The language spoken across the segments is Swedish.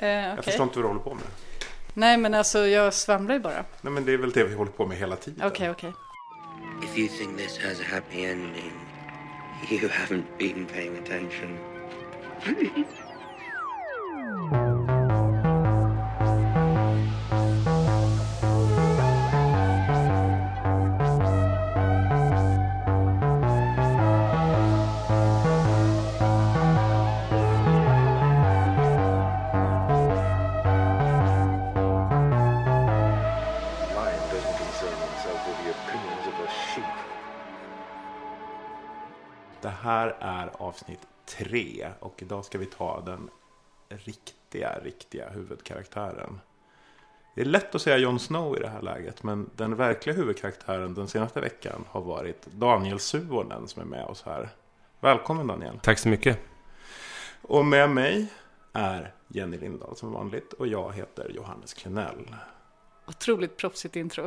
Jag förstår inte vad du håller på med. Nej, men alltså jag svamlar ju bara. Nej, men det är väl det vi håller på med hela tiden. Okej. If you think this has a happy ending, you haven't been paying attention. Det här är avsnitt 3 och idag ska vi ta den riktiga huvudkaraktären. Det är lätt att säga Jon Snow i det här läget, men den verkliga huvudkaraktären den senaste veckan har varit Daniel Suhonen som är med oss här. Välkommen Daniel. Tack så mycket. Och med mig är Jenny Lindahl som vanligt och jag heter Johannes Klenell. Otroligt proffsigt intro.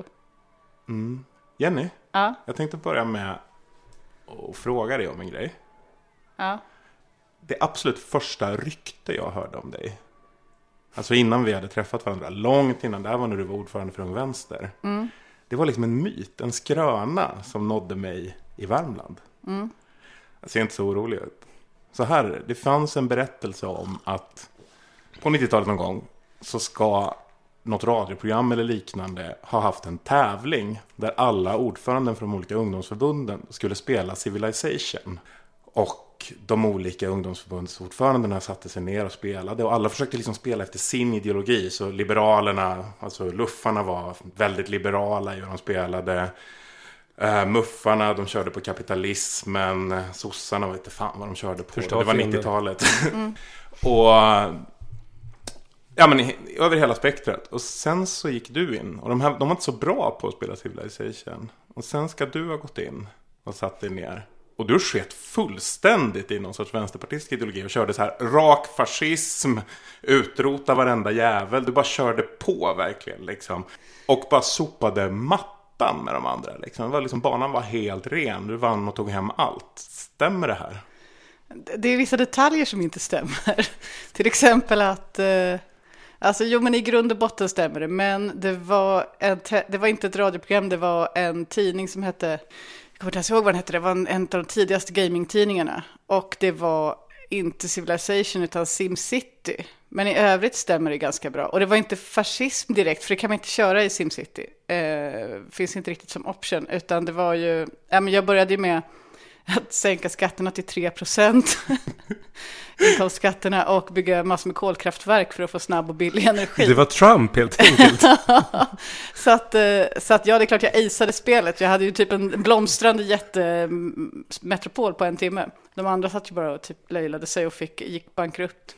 Jenny, Ja. jag tänkte börja med och fråga dig om en grej. Ja. Det absolut första rykte jag hörde om dig, alltså innan vi hade träffat varandra, långt innan, det här var när du var ordförande för Ung Vänster. Det var liksom en myt, en skröna som nådde mig i Värmland. Jag ser inte så orolig ut. Så här, det fanns en berättelse om att på 90-talet någon gång så ska något radioprogram eller liknande ha haft en tävling där alla ordföranden från de olika ungdomsförbunden skulle spela Civilization. Och de olika ungdomsförbundsordförandena satte sig ner och spelade. Och alla försökte liksom spela efter sin ideologi. Så liberalerna, alltså luffarna var väldigt liberala i hur de spelade. Muffarna, de körde på kapitalismen. Sossarna vet inte fan vad de körde på. Det var 90-talet. Och ja, men över hela spektrat. Och sen så gick du in. Och de var inte så bra på att spela Civilization. Och sen ska du ha gått in och satt dig ner. Och du sket fullständigt i någon sorts vänsterpartistisk ideologi och körde så här rak fascism, utrota varenda jävel. Du bara körde på verkligen liksom. Och bara sopade mattan med de andra liksom. Det var liksom, banan var helt ren. Du vann och tog hem allt. Stämmer det här? Det är vissa detaljer som inte stämmer. Till exempel att alltså, jo, men i grund och botten stämmer det. Men det var inte ett radioprogram, det var en tidning som hette, jag kommer inte ihåg vad den hette, det var en av de tidigaste gamingtidningarna. Och det var inte Civilization utan SimCity. Men i övrigt stämmer det ganska bra. Och det var inte fascism direkt, för det kan man inte köra i SimCity. Finns inte riktigt som option, utan det var ju, ja, men jag började ju med att sänka skatterna till 3%, inkomstskatterna, och bygga massor med kolkraftverk för att få snabb och billig energi. Det var Trump helt enkelt. så att ja, det är klart jag aceade spelet. Jag hade ju typ en blomstrande jättemetropol på en timme. De andra satt ju bara och typ löjlade sig och gick bankrutt.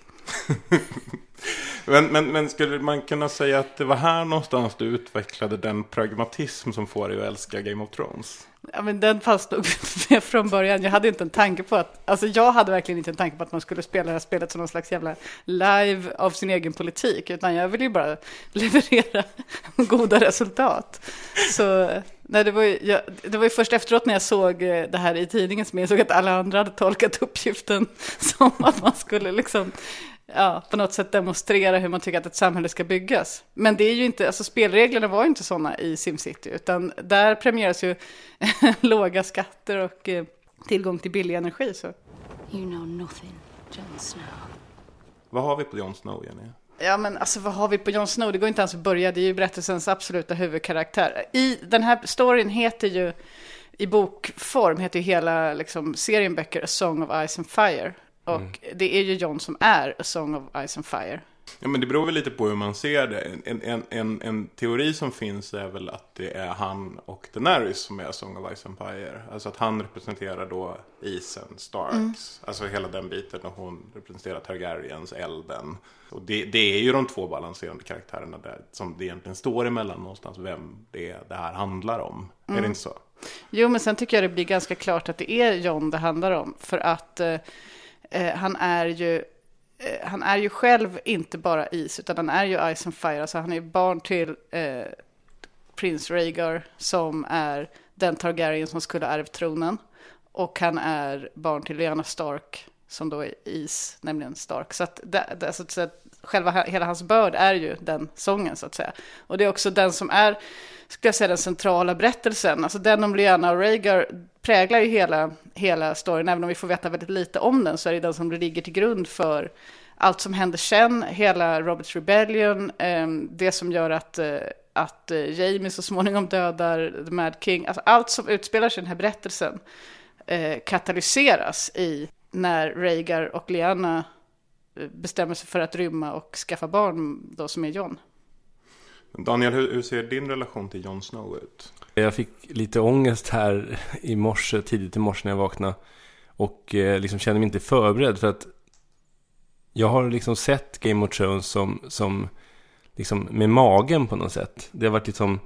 Men skulle man kunna säga att det var här någonstans du utvecklade den pragmatism som får dig att älska Game of Thrones? Ja, men den fanns nog med från början. Jag hade inte en tanke på att, alltså jag hade verkligen inte en tanke på att man skulle spela det här spelet som någon slags jävla live av sin egen politik, utan jag ville ju bara leverera goda resultat. Så nej, det var ju först efteråt när jag såg det här i tidningen som jag såg att alla andra hade tolkat uppgiften som att man skulle liksom, ja, på något sätt demonstrera hur man tycker att ett samhälle ska byggas. Men det är ju inte, alltså spelreglerna var ju inte sådana i SimCity, utan där premieras ju låga skatter och tillgång till billig energi. Så. You know nothing, Jon Snow. Vad har vi på Jon Snow, Jenny? Ja, men alltså vad har vi på Jon Snow? Det går inte ens att börja, det är ju berättelsens absoluta huvudkaraktär. I den här storyn heter ju, i bokform heter ju hela liksom, serien böcker A Song of Ice and Fire. Och det är ju Jon som är A Song of Ice and Fire. Ja, men det beror väl lite på hur man ser det. En teori som finns är väl att det är han och Daenerys som är A Song of Ice and Fire. Alltså att han representerar då isen, Starks. Alltså hela den biten, och hon representerar Targaryens, elden. Och det är ju de två balanserande karaktärerna där som det egentligen står emellan någonstans, vem det här handlar om. Är det inte så? Jo, men sen tycker jag det blir ganska klart att det är Jon det handlar om. För att han är ju själv inte bara is, utan han är ju Ice and Fire. Alltså han är barn till prins Rhaegar, som är den Targaryen som skulle ärva tronen. Och han är barn till Lyanna Stark, som då är is, nämligen Stark. Så att hela hans börd är ju den sången så att säga. Och det är också den som är, skulle jag säga, den centrala berättelsen. Alltså den om Lyanna och Rhaegar präglar ju hela storyn. Även om vi får veta väldigt lite om den, så är det den som ligger till grund för allt som händer sen, hela Roberts Rebellion, det som gör att Jaime så småningom dödar The Mad King. Alltså allt som utspelar sig i den här berättelsen katalyseras i när Rhaegar och Lyanna bestämmer sig för att rymma och skaffa barn då, som är Jon. Daniel, hur ser din relation till Jon Snow ut? Jag fick lite ångest här tidigt i morse när jag vaknade och liksom kände mig inte förberedd, för att jag har liksom sett Game of Thrones som liksom med magen på något sätt. Det har varit liksom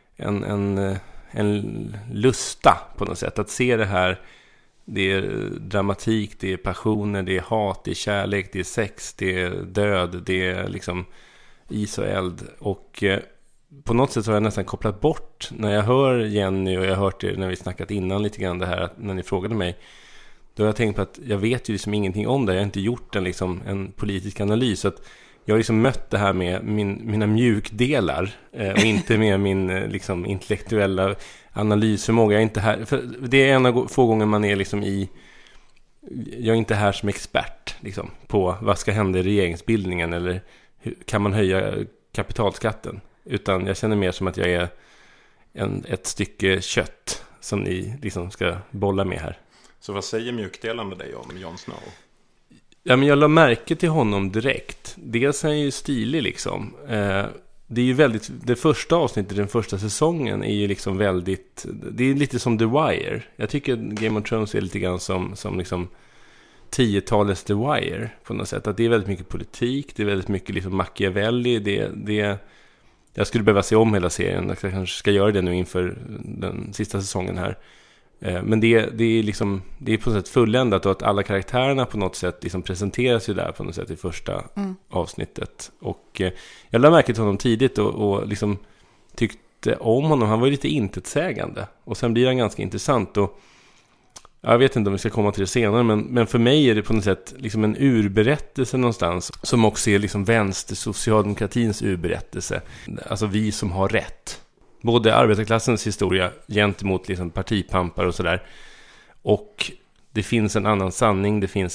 en lusta på något sätt att se det här. Det är dramatik, det är passioner, det är hat, det är kärlek, det är sex, det är död, det är liksom is och eld. Och på något sätt så har jag nästan kopplat bort när jag hör Jenny, och jag har hört det när vi snackat innan lite grann det här, att när ni frågade mig, då har jag tänkt på att jag vet ju liksom ingenting om det. Jag har inte gjort en politisk analys, så att jag har liksom mött det här med mina mjukdelar och inte med min liksom intellektuella analysförmåga. Jag är inte här, för det är en av få gånger man är liksom jag är inte här som expert liksom på vad ska hända i regeringsbildningen eller kan man höja kapitalskatten, utan jag känner mer som att jag är ett stycke kött som ni liksom ska bolla med här. Så vad säger mjukdelande dig om Jon Snow? Ja, men jag la märke till honom direkt. Dels är han ju stilig liksom. Det är ju väldigt, det första avsnittet, den första säsongen är ju liksom väldigt, det är lite som The Wire. Jag tycker Game of Thrones är lite grann som liksom 10-talets The Wire på något sätt. Att det är väldigt mycket politik, det är väldigt mycket liksom Machiavelli, jag skulle behöva se om hela serien. Jag kanske ska göra det nu inför den sista säsongen här. Men det är liksom, det är på något sätt fulländat, och att alla karaktärerna på något sätt liksom presenteras ju där på något sätt i första avsnittet. Och jag lade märke till honom tidigt och liksom tyckte om honom. Han var ju lite intetsägande, och sen blir han ganska intressant, och jag vet inte om vi ska komma till det senare, men för mig är det på något sätt liksom en urberättelse någonstans, som också är liksom vänster-socialdemokratins urberättelse. Alltså vi som har rätt. Både arbetarklassens historia gentemot liksom partipampar och sådär, och det finns en annan sanning, det finns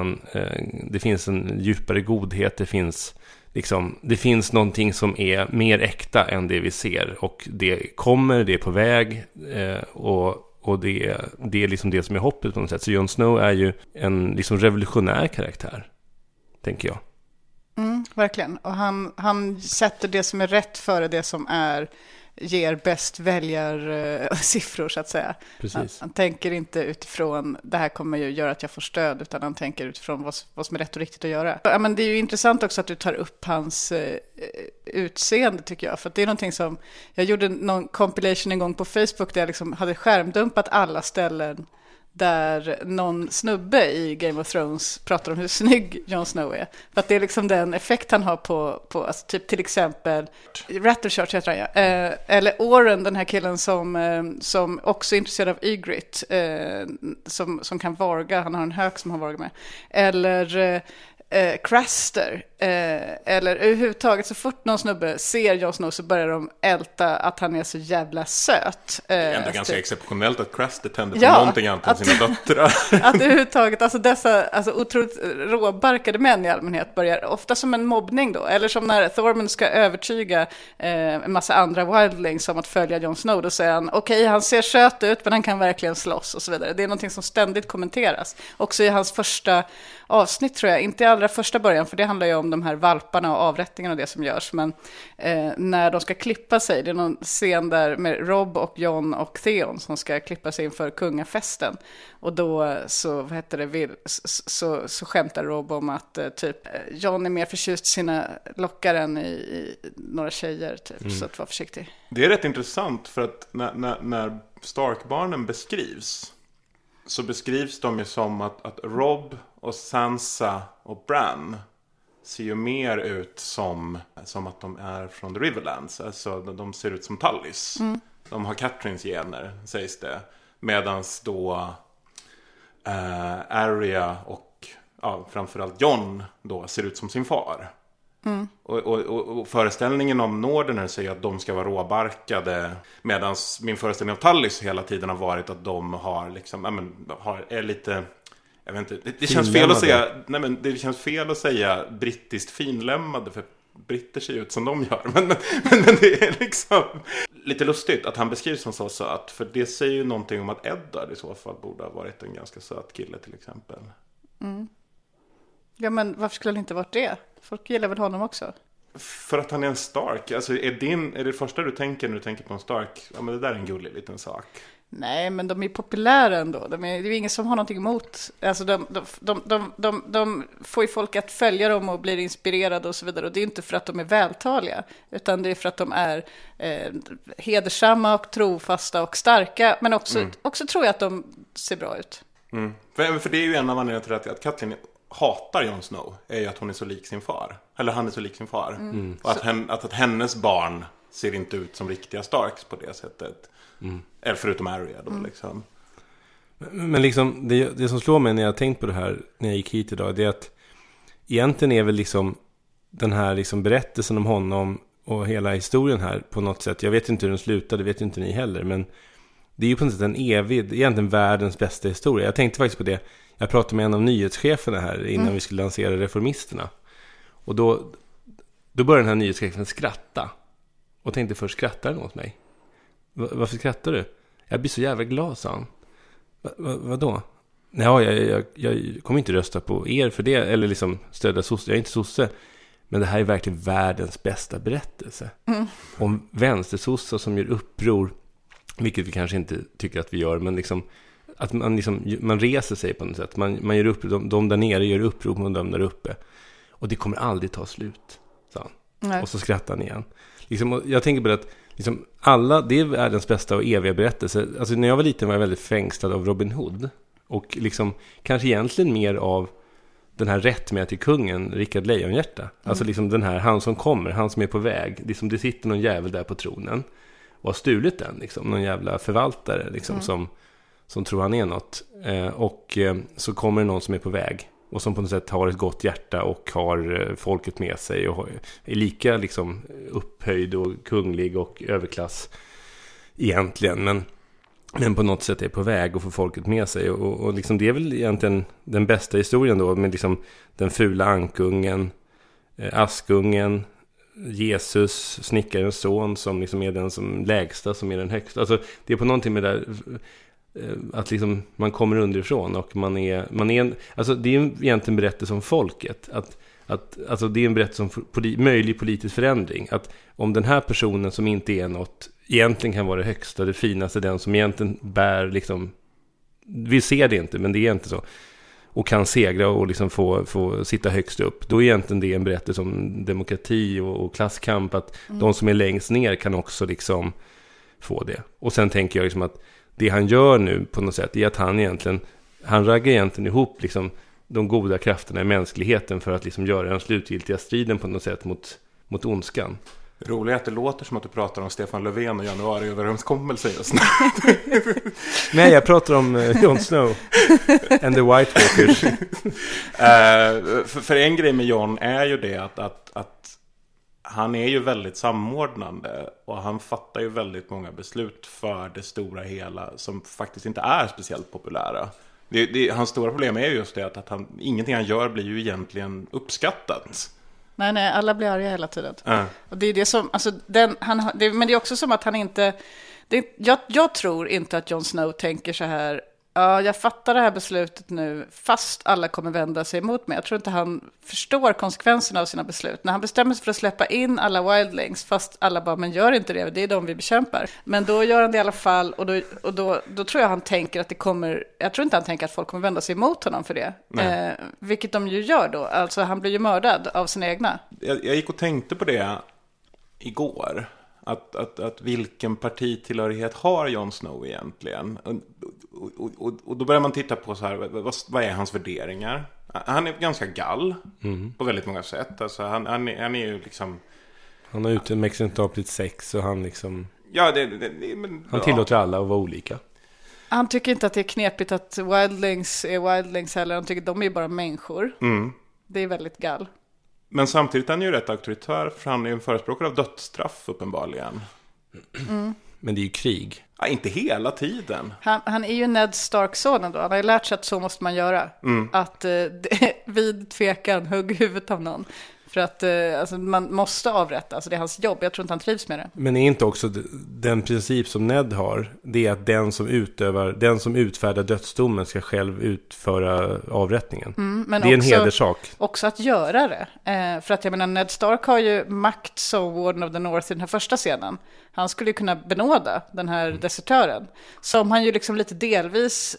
en djupare godhet, det finns någonting som är mer äkta än det vi ser, och det är på väg, och det är liksom det som är hoppet på något sätt. Så Jon Snow är ju en liksom revolutionär karaktär, tänker jag. Verkligen, och han sätter det som är rätt före det som ger bäst väljarsiffror så att säga. Han tänker inte utifrån det här kommer ju göra att jag får stöd, utan han tänker utifrån vad som är rätt och riktigt att göra. Ja, men det är ju intressant också att du tar upp hans utseende, tycker jag, för att det är någonting som jag gjorde någon compilation en gång på Facebook där jag liksom hade skärmdumpat alla ställen där någon snubbe i Game of Thrones pratar om hur snygg Jon Snow är. För att det är liksom den effekt han har på alltså typ till exempel Rattleshart heter han, ja. Eller Oren, den här killen som också är intresserad av Ygritte, som kan varga, han har en hök som han vargar med. Eller Craster, eller överhuvudtaget så fort någon snubbe ser Jon Snow så börjar de älta att han är så jävla söt. Det är ändå ganska exceptionellt att Craster tänder på någonting annat än sina döttrar. Att överhuvudtaget, alltså dessa otroligt råbarkade män i allmänhet börjar ofta som en mobbning då, eller som när Tormund ska övertyga en massa andra wildlings om att följa Jon Snow, då säger han okej, han ser söt ut men han kan verkligen slåss och så vidare. Det är någonting som ständigt kommenteras. Också i hans första avsnitt tror jag, inte i allra första början, för det handlar ju om de här valparna och avrättningarna och det som görs, men när de ska klippa sig, det är någon scen där med Robb och Jon och Theon som ska klippa sig inför kungafesten, och då så så skämtar Robb om att typ Jon är mer förtjust i sina lockar än i några tjejer typ, så att var försiktig. Det är rätt intressant, för att när Stark-barnen beskrivs så beskrivs de ju som att Robb och Sansa och Bran ser ju mer ut som att de är från The Riverlands. Alltså de ser ut som Tullys. De har Catelyn's gener, sägs det. Medans då Arya och framförallt Jon då ser ut som sin far. Och föreställningen om Northerners säger att de ska vara råbarkade, medan min föreställning av Tallis hela tiden har varit att de har liksom, är lite, jag vet inte, det känns fel att säga, det känns fel att säga brittiskt finlämmade, för britter ser ut som de gör, men det är liksom lite lustigt att han beskrivs som så söt, för det säger ju någonting om att Eddard i så fall borde ha varit en ganska söt kille till exempel. Ja, men varför skulle han inte varit det? Folk gillar väl honom också? För att han är en Stark. Alltså är det första du tänker när du tänker på en Stark? Ja, men det där är en gullig liten sak. Nej, men de är populära ändå. Det är ju ingen som har någonting emot. Alltså de får ju folk att följa dem och blir inspirerade och så vidare. Och det är inte för att de är vältaliga, utan det är för att de är hedersamma och trofasta och starka. Men också tror jag att de ser bra ut. För det är ju en av anledningarna till att Catelyn hatar Jon Snow, är ju att hon är så lik sin far. Eller han är så lik sin far. Och att hennes barn ser inte ut som riktiga Starks på det sättet. Eller förutom Arya då liksom. Men liksom det som slår mig när jag har tänkt på det här när jag gick hit idag, det är att egentligen är väl liksom den här liksom berättelsen om honom och hela historien här på något sätt, jag vet inte hur den slutar, det vet inte ni heller, men det är ju på något sätt en evig, egentligen världens bästa historia. Jag tänkte faktiskt på det. Jag pratade med en av nyhetscheferna här innan vi skulle lansera Reformisterna. Och då började den här nyhetschefen skratta. Och tänkte först, skrattar den åt mig? Varför skrattar du? Jag blir så jävla glad, sa han. Vadå? Nej, jag kommer inte rösta på er för det. Eller liksom stödja sosse. Jag är inte sosse. Men det här är verkligen världens bästa berättelse. Om vänstersossar som gör uppror. Vilket vi kanske inte tycker att vi gör. Men liksom att man reser sig på något sätt. Man gör uppror. De där nere gör uppror mot de där uppe. Och det kommer aldrig ta slut, sa han. Nej. Och så skrattar han igen. Liksom, jag tänker på det att liksom, det är världens bästa och eviga berättelse. Alltså, när jag var liten var jag väldigt fängslad av Robin Hood. Och liksom, kanske egentligen mer av den här rätt med till kungen, Rickard Lejonhjärta. Alltså liksom den här, han som kommer, han som är på väg. Liksom, det sitter någon jävel där på tronen och har stulit den. Liksom, någon jävla förvaltare liksom, som tror han är något. Så kommer det någon som är på väg. Och som på något sätt har ett gott hjärta och har folket med sig och är lika liksom upphöjd och kunglig och överklass egentligen. Men på något sätt är på väg att få folket med sig. Och liksom det är väl egentligen den bästa historien då, med liksom den fula ankungen, Askungen, Jesus, snickarens son, som liksom är den som lägsta, som är den högsta. Alltså det är på någonting med det där, att liksom man kommer underifrån och man är alltså det är ju egentligen berättelse om folket, alltså det är en berättelse om möjlig politisk förändring, att om den här personen som inte är något egentligen kan vara det högsta, det finaste, den som egentligen bär liksom, vi ser det inte men det är inte så, och kan segra och liksom få sitta högst upp, då är egentligen det en berättelse om demokrati och klasskamp, att de som är längst ner kan också liksom få det. Och sen tänker jag liksom att det han gör nu på något sätt är att han raggar egentligen ihop liksom de goda krafterna i mänskligheten för att liksom göra den slutgiltiga striden på något sätt mot ondskan. Roligt att det låter som att du pratar om Stefan Löfven och januariöverenskommelsen just nu. Nej, jag pratar om Jon Snow and the White Walkers. För en grej med Jon är ju det att han är ju väldigt samordnande och han fattar ju väldigt många beslut för det stora hela som faktiskt inte är speciellt populära. Hans stora problem är just det att ingenting han gör blir ju egentligen uppskattat. Nej, alla blir arga hela tiden. Och det är det som, alltså, men det är också som att han inte, jag tror inte att Jon Snow tänker så här, ja, jag fattar det här beslutet nu, fast alla kommer vända sig emot mig. Jag tror inte han förstår konsekvenserna av sina beslut. När han bestämmer sig för att släppa in alla wildlings, fast alla bara, men gör inte det är de vi bekämpar. Men då gör han det i alla fall, och då tror jag han tänker att det kommer, jag tror inte han tänker att folk kommer vända sig emot honom för det. Vilket de ju gör då, alltså han blir ju mördad av sina egna. Jag gick och tänkte på det igår. Att vilken partitillhörighet har Jon Snow egentligen? Och då börjar man titta på så här, vad är hans värderingar? Han är ganska gall på väldigt många sätt. Alltså han är ju liksom, han har utomexemplarligt sex och han liksom, ja, han tillåter alla att vara olika. Han tycker inte att det är knepigt att wildlings är wildlings heller. Han tycker att de är bara människor. Det är väldigt gall. Men samtidigt är han ju rätt auktoritär, för han är en förespråkare av dödsstraff uppenbarligen. Men det är ju krig. Ja, inte hela tiden. Han är ju Ned Stark-son ändå. Han har ju lärt sig att så måste man göra. Att vid tvekan hugg huvudet av någon. För att alltså, man måste avrätta. Alltså, det är hans jobb. Jag tror inte han trivs med det. Men är inte också den princip som Ned har, det är att den som utfärdar dödsdomen ska själv utföra avrättningen. Men det är också, en hederssak. Också att göra det. För att jag menar, Ned Stark har ju makt som Warden of the North i den här första scenen. Han skulle ju kunna benåda den här desertören. Som han ju liksom lite delvis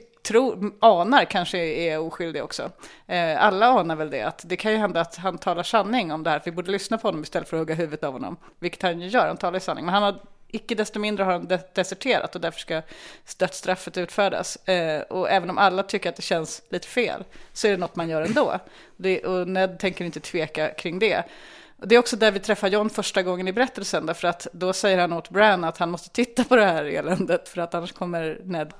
anar kanske är oskyldig också. Alla anar väl det, att det kan ju hända att han talar sanning om det här, för vi borde lyssna på honom istället för att hugga huvudet av honom, vilket han ju gör, han talar i sanning, men han har icke desto mindre har han deserterat och därför ska dödsstraffet utfärdas. Och även om alla tycker att det känns lite fel så är det något man gör ändå. Och Ned tänker inte tveka kring det. Det är också där vi träffar Jon första gången i berättelsen, därför att då säger han åt Bran att han måste titta på det här eländet, för att annars kommer Ned.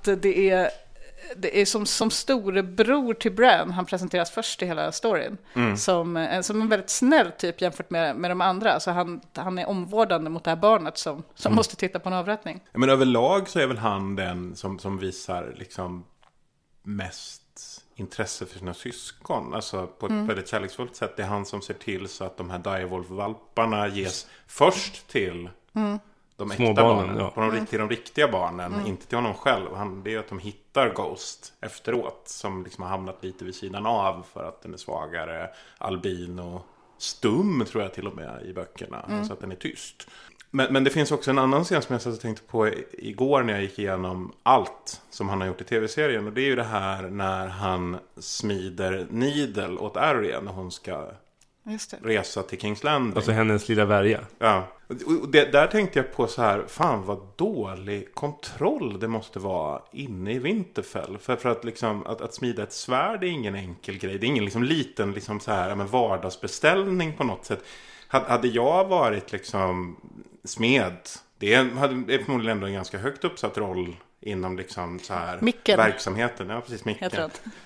Det är som storebror till Bran. Han presenteras först i hela storyn. Som en väldigt snäll typ jämfört med de andra. Så han är omvårdande mot det här barnet som måste titta på en avrättning. Men överlag så är väl han den som visar liksom mest intresse för sina syskon. Alltså på ett väldigt kärleksfullt sätt. Det är han som ser till så att de här direwolf-valparna ges först till de små äkta barnen, barnen, till de riktiga barnen, inte till honom själv. Det är att de hittar Ghost efteråt, som liksom har hamnat lite vid sidan av för att den är svagare, albino, stum tror jag till och med i böckerna, så att den är tyst. Men det finns också en annan scen som jag satt och tänkte på igår när jag gick igenom allt som han har gjort i tv-serien, och det är ju det här när han smider Needle åt Arya när hon ska resa till King's Landing. Alltså hennes lilla värja. Ja. Och där tänkte jag på så här, fan vad dålig kontroll det måste vara inne i Winterfell. För att liksom, att smida ett svärd är ingen enkel grej. Det är ingen liksom liten liksom så här, men vardagsbeställning på något sätt. Hade jag varit liksom smed, det är förmodligen ändå en ganska högt uppsatt roll inom liksom så här Micken. Verksamheten. Ja, precis, Micken.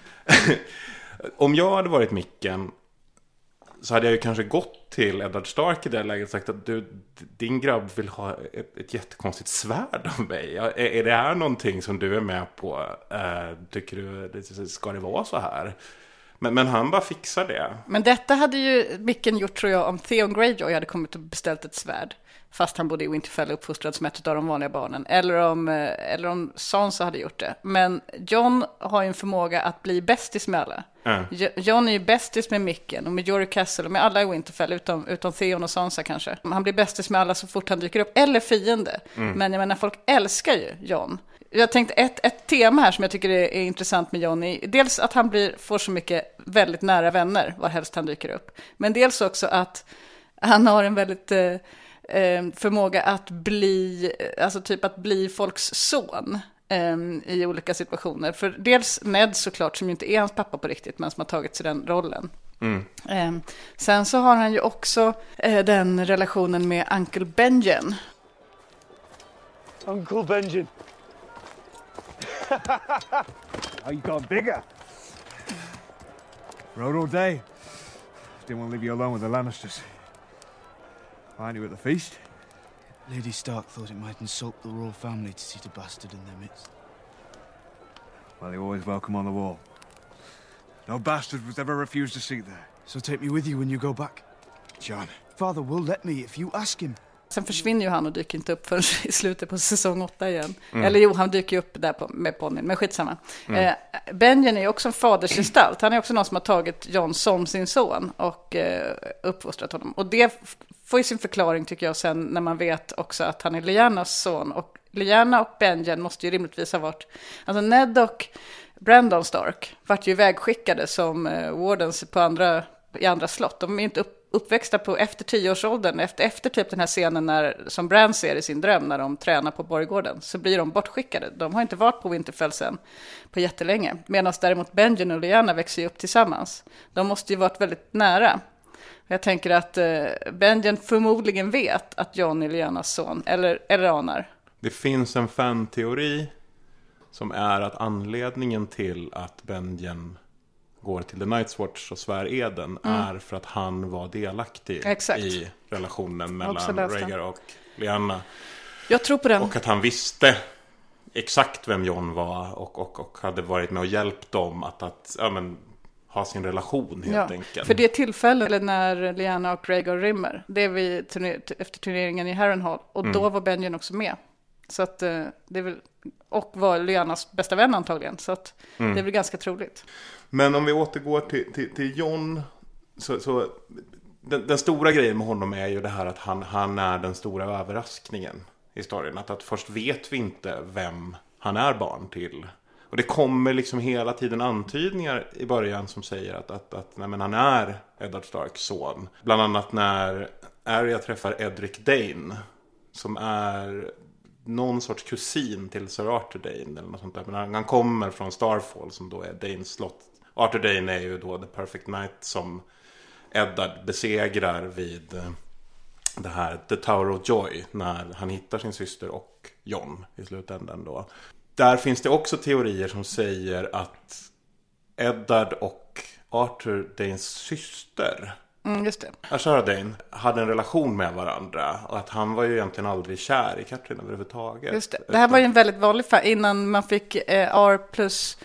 Om jag hade varit Micken så hade jag ju kanske gått till Eddard Stark i det läget och sagt att din grabb vill ha ett jättekonstigt svärd av mig. Är det här någonting som du är med på? Tycker du, ska det vara så här? Men han bara fixar det. Men detta hade ju Micken gjort, tror jag, om Theon Greyjoy hade kommit och beställt ett svärd. Fast han bodde i Winterfell uppfostrad som ett av de vanliga barnen. Eller om Sansa hade gjort det. Men Jon har ju en förmåga att bli bästis med alla. Jon är ju bästis med Micken och med Jory Castle och med alla i Winterfell utom Theon och Sansa kanske. Han blir bästis med alla så fort han dyker upp. Eller fiende. Men jag menar, folk älskar ju Jon. Jag tänkte ett tema här som jag tycker är intressant med Jon är dels att han får så mycket väldigt nära vänner var helst han dyker upp. Men dels också att han har en väldigt förmåga att bli folks son i olika situationer. För dels Ned såklart, som ju inte är hans pappa på riktigt, men som har tagit sig den rollen. Sen så har han ju också den relationen med Uncle Benjen. Uncle Benjen. You got bigger. Rode all day. Didn't want to leave you alone with the Lannisters. Find you at the feast. Lady Stark thought it might insult the royal family to see the bastard in their midst. Well, you're always welcome on the wall. No bastard was ever refused a seat there. So take me with you when you go back. John. Father will let me if you ask him. Sen försvinner ju han och dyker inte upp förrän i slutet på säsong 8 igen. Eller jo, han dyker upp där med ponnyn, men skitsamma. Benjen är ju också en fadersgestalt. Han är också någon som har tagit Jon som sin son och uppfostrat honom. Och det får ju sin förklaring, tycker jag, sen när man vet också att han är Lyannas son. Och Lyanna och Benjen måste ju rimligtvis ha varit... Alltså Ned och Brandon Stark vart ju vägskickade som wardens i andra slott. De är inte uppväxta på efter 10-årsåldern, efter typ den här scenen som Bran ser i sin dröm när de tränar på borggården, så blir de bortskickade. De har inte varit på Winterfell sen på jättelänge. Medan däremot Benjen och Lyanna växer ju upp tillsammans. De måste ju varit väldigt nära. Jag tänker att Benjen förmodligen vet att Jon är Lyannas son, eller anar. Det finns en fanteori som är att anledningen till att Benjen går till The Night's Watch och svär eden är för att han var delaktig i relationen mellan Rhaegar och Lyanna. Jag tror på den. Och att han visste exakt vem Jon var och hade varit med och hjälpt dem att ha sin relation helt enkelt. För det tillfället när Lyanna och Rhaegar rymmer, det är efter turneringen i Harrenhal. Och då var Benjen också med. Så att det är väl, och var Lyannas bästa vän antagligen. Så att det är väl ganska troligt. Men om vi återgår till Jon, så den stora grejen med honom är ju det här att han är den stora överraskningen i historien. Att först vet vi inte vem han är barn till. Och det kommer liksom hela tiden antydningar i början som säger att nej, men han är Eddard Starks son. Bland annat när Arya träffar Edric Dayne, som är någon sorts kusin till Sir Arthur Dayne eller något sånt där. Men han kommer från Starfall som då är Daynes slott. Arthur Dayne är ju då The Perfect Knight som Eddard besegrar vid det här The Tower of Joy när han hittar sin syster och Jon i slutändan då. Där finns det också teorier som säger att Eddard och Arthur Daynes syster, just det, Ashara Dayne, hade en relation med varandra och att han var ju egentligen aldrig kär i Catelyn överhuvudtaget. Just det. Det här var ju en väldigt vanlig fall innan man fick R plus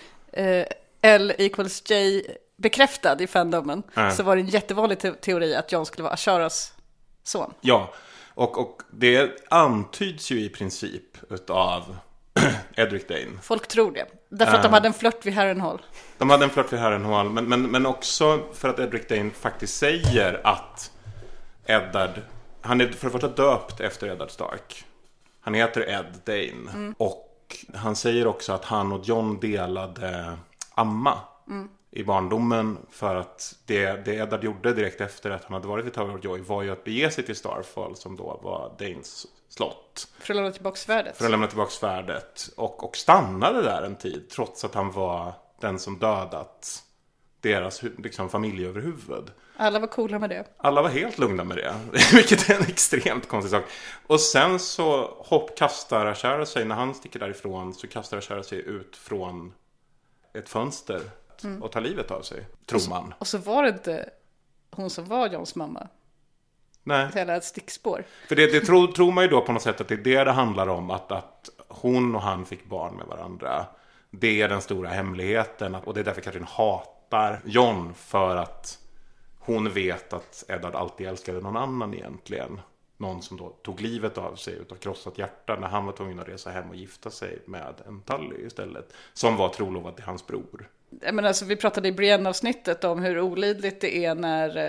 L equals J bekräftad i fandomen. Så var det en jättevanlig teori att Jon skulle vara Asharas son. Ja, och det antyds ju i princip utav Edric Dayne. Folk tror det. Därför att de hade en flört vid Harrenhal. De hade en flört vid Harrenhal, men också för att Edric Dayne faktiskt säger att Eddard, han är för det första döpt efter Eddard Stark. Han heter Ed Dayne. Och han säger också att han och Jon delade amma i barndomen, för att det Eddard gjorde direkt efter att han hade varit i Tower of Joy var ju att bege sig till Starfall, som då var Daynes slott. För att lämna tillbaka svärdet. För att lämna tillbaka svärdet. Och stannade där en tid, trots att han var den som dödat deras liksom, familj över huvud. Alla var coola med det. Alla var helt lugna med det. Vilket är en extremt konstig sak. Och sen så kastar Ashara sig, när han sticker därifrån, så kastar Ashara sig ut från ett fönster och tar livet av sig, tror man. Och så var det inte hon som var Jons mamma. Nej. Hela ett stickspår. För det tror man ju då på något sätt att det är det handlar om, att hon och han fick barn med varandra. Det är den stora hemligheten, och det är därför Catelyn hatar Jon, för att hon vet att Eddard alltid älskade någon annan egentligen. Någon som då tog livet av sig utav krossat hjärta när han var tvungen att resa hem och gifta sig med en Tully istället, som var trolovad till hans bror. Men alltså, vi pratade i Brienne-avsnittet om hur olidligt det är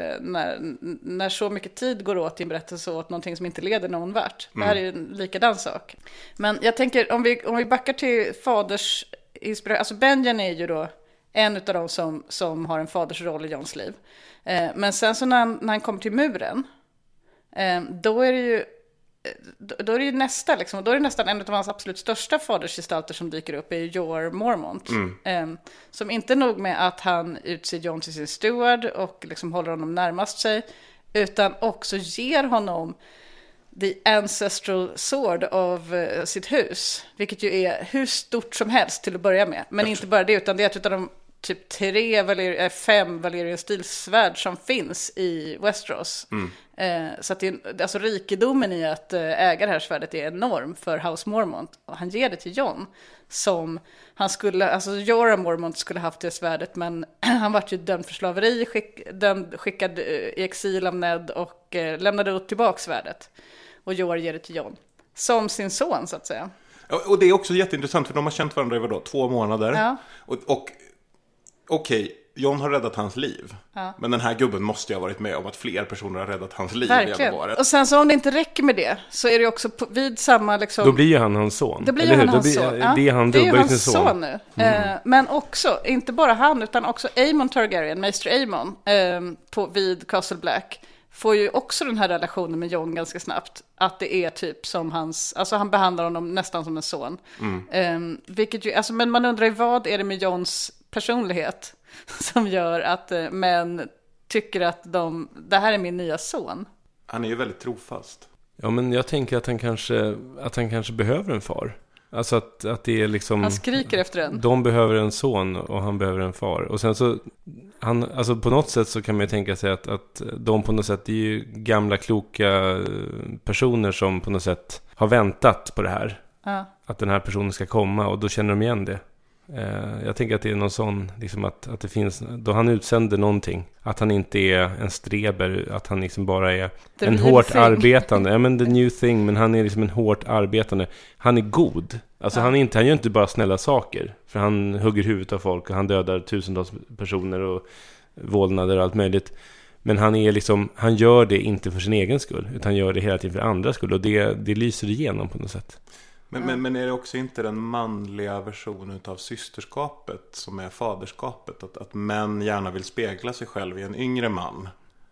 när så mycket tid går åt i en berättelse åt någonting som inte leder någon vart. Det här är ju en likadan sak. Men jag tänker, om vi backar till faders inspiration. Alltså Benjen är ju då en av de som har en faders roll i Jons liv. Men sen så när han kommer till muren, då är det ju nästa liksom, då är det nästan en av hans absolut största fadersgestalter som dyker upp är Jorah Mormont. Som inte nog med att han utser Jon till sin steward och liksom håller honom närmast sig, utan också ger honom the ancestral sword av sitt hus, vilket ju är hur stort som helst till att börja med. Men inte bara det, utan det är ett av de typ 5 Valerian stilsvärd som finns i Westeros. Så att alltså rikedomen i att äga det här svärdet är enorm för House Mormont. Och han ger det till Jon, som han skulle, alltså Jorah Mormont skulle haft det svärdet, men han var ju dömd för slaveri, skickad i exil av Ned och lämnade ut tillbaka svärdet. Och Jorah ger det till Jon som sin son, så att säga. Och det är också jätteintressant, för de har känt varandra över 2 månader. Ja. Och okej, Jon har räddat hans liv. Ja. Men den här gubben måste ju ha varit med om att fler personer har räddat hans liv. Verkligen. Och sen så om det inte räcker med det, så är det också vid samma liksom... Då blir ju han hans son. Då blir ju han hans son. Ja, det är han dubbel hans sin son nu. Men också, inte bara han, utan också Aemon Targaryen, Maester Aemon, vid Castle Black, får ju också den här relationen med Jon ganska snabbt. Att det är typ som hans... Alltså han behandlar honom nästan som en son. Vilket ju... Alltså, men man undrar ju, vad är det med Jons personlighet som gör att män tycker att det här är min nya son? Han är ju väldigt trofast. Ja, men jag tänker att han kanske behöver en far. Alltså att det är liksom... Han skriker efter en. De behöver en son och han behöver en far. Och sen så... Alltså på något sätt så kan man ju tänka sig att de på något sätt är ju gamla kloka personer som på något sätt har väntat på det här. Ja. Att den här personen ska komma och då känner de igen det. Jag tänker att det är någon sån, liksom att det finns, då han utsänder någonting, att han inte är en streber, att han liksom bara är en hårt arbetande, ja men the new thing, men han är liksom en hårt arbetande, han är god, alltså han gör inte bara snälla saker, för han hugger huvudet av folk och han dödar tusentals personer och vålnader och allt möjligt, men han är liksom, han gör det inte för sin egen skull, utan han gör det hela tiden för andras skull, och det lyser igenom på något sätt. Men är det också inte den manliga versionen av systerskapet som är faderskapet? Att män gärna vill spegla sig själv i en yngre man.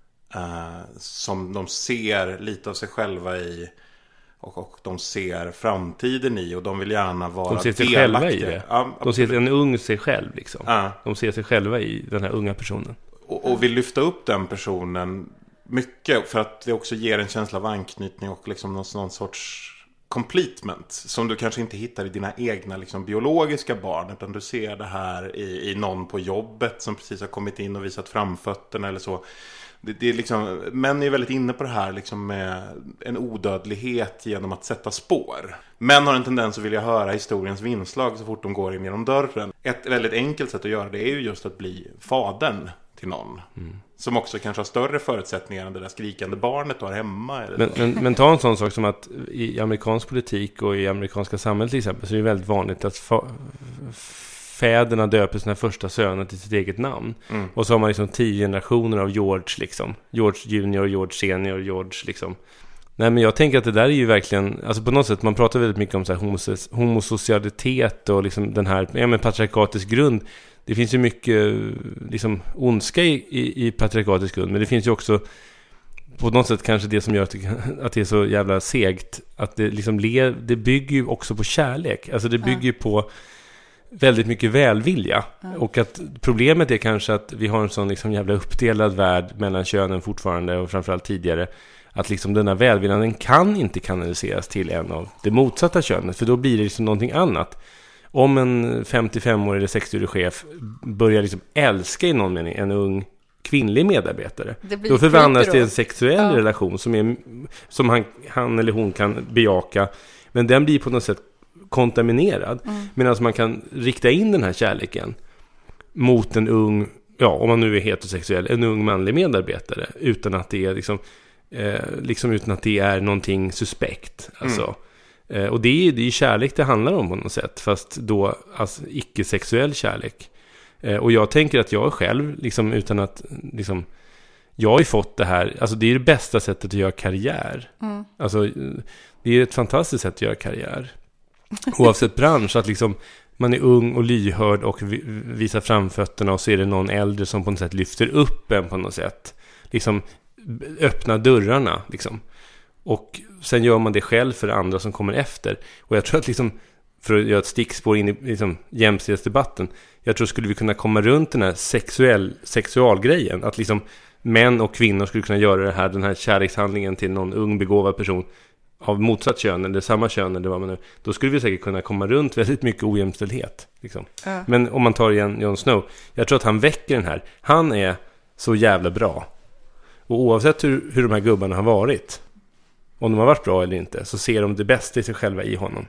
Som de ser lite av sig själva i. Och de ser framtiden i. Och de vill gärna vara de ser sig delaktiga. Själva i det. Ja, de ser en ung sig själv liksom. Ja. De ser sig själva i den här unga personen. Och vill lyfta upp den personen mycket. För att det också ger en känsla av anknytning och liksom någon sorts... completement som du kanske inte hittar i dina egna liksom, biologiska barn, utan du ser det här i någon på jobbet som precis har kommit in och visat framfötterna eller så. Det är liksom, män är väldigt inne på det här liksom, med en odödlighet genom att sätta spår. Män har en tendens att vilja höra historiens vingslag så fort de går in genom dörren. Ett väldigt enkelt sätt att göra det är ju just att bli fadern till någon. Som också kanske har större förutsättningar än det där skrikande barnet har hemma. Eller men ta en sån sak som att i amerikansk politik och i amerikanska samhället till exempel, så är det väldigt vanligt att fäderna döper sina första söner till sitt eget namn. Och så har man liksom 10 generationer av George liksom. George junior, George senior, George liksom. Nej, men jag tänker att det där är ju verkligen, alltså på något sätt, man pratar väldigt mycket om så här homosocialitet och liksom den här patriarkatisk grund. Det finns ju mycket liksom ondska i patriarkatisk grund, men det finns ju också på något sätt kanske det som gör att det är så jävla segt, att det liksom det bygger ju också på kärlek. Alltså det bygger ju på väldigt mycket välvilja. Och att problemet är kanske att vi har en sån liksom jävla uppdelad värld mellan könen fortfarande, och framförallt tidigare, att liksom den här välviljan, den kan inte kanaliseras till en av det motsatta könet, för då blir det liksom någonting annat. Om en 55-årig eller 60-årig chef börjar liksom älska i någon mening en ung kvinnlig medarbetare, då förvandlas det till en sexuell relation som han eller hon kan bejaka, men den blir på något sätt kontaminerad. Medan man kan rikta in den här kärleken mot en ung, om man nu är heterosexuell, en ung manlig medarbetare, utan att det är liksom utan att det är någonting suspekt. Alltså. Och det är kärlek det handlar om på något sätt, fast då alltså icke-sexuell kärlek. Och jag tänker att jag själv liksom, utan att liksom, jag har ju fått det här, alltså det är det bästa sättet att göra karriär. Alltså det är ett fantastiskt sätt att göra karriär oavsett bransch, att liksom man är ung och lyhörd och visar framfötterna, och så är det någon äldre som på något sätt lyfter upp en på något sätt, liksom öppnar dörrarna liksom. Och sen gör man det själv för andra som kommer efter. Och jag tror att liksom, för att göra ett stickspår in i liksom jämställdhetsdebatten, jag tror skulle vi kunna komma runt den här sexualgrejen, att liksom män och kvinnor skulle kunna göra den här kärlekshandlingen till någon ung begåvad person av motsatt kön eller samma kön eller vad man nu, då skulle vi säkert kunna komma runt väldigt mycket ojämställdhet liksom. Men om man tar igen Jon Snow, jag tror att han väcker den här, han är så jävla bra, och oavsett hur de här gubbarna har varit, om de har varit bra eller inte, så ser de det bästa i sig själva i honom.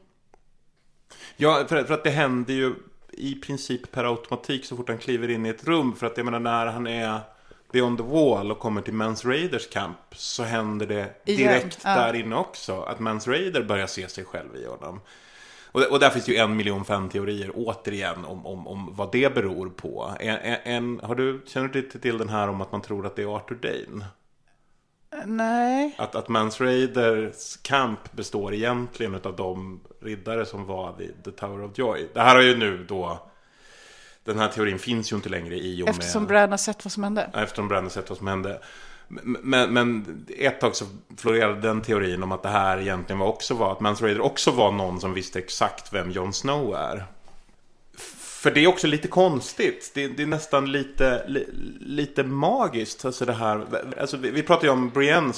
Ja, för att det händer ju i princip per automatik så fort han kliver in i ett rum. För att jag menar, när han är beyond the wall och kommer till Mans Raiders camp, så händer det direkt där inne också, att Mans Raider börjar se sig själv i honom. Och där finns ju 1 miljon fan-teorier återigen om vad det beror på. Känner du till den här om att man tror att det är Arthur Dane? Nej. Att Mans Raiders camp består egentligen av de riddare som var vid The Tower of Joy. Det här har ju nu då, den här teorin finns ju inte längre i och med, eftersom Bran har sett vad som hände. Eftersom Bran har sett vad som hände. Men ett tag så florerade den teorin om att det här egentligen var att Mans Raider också var någon som visste exakt vem Jon Snow är. För det är också lite konstigt. Det är nästan lite magiskt. Alltså det här, alltså vi pratar ju om Briennes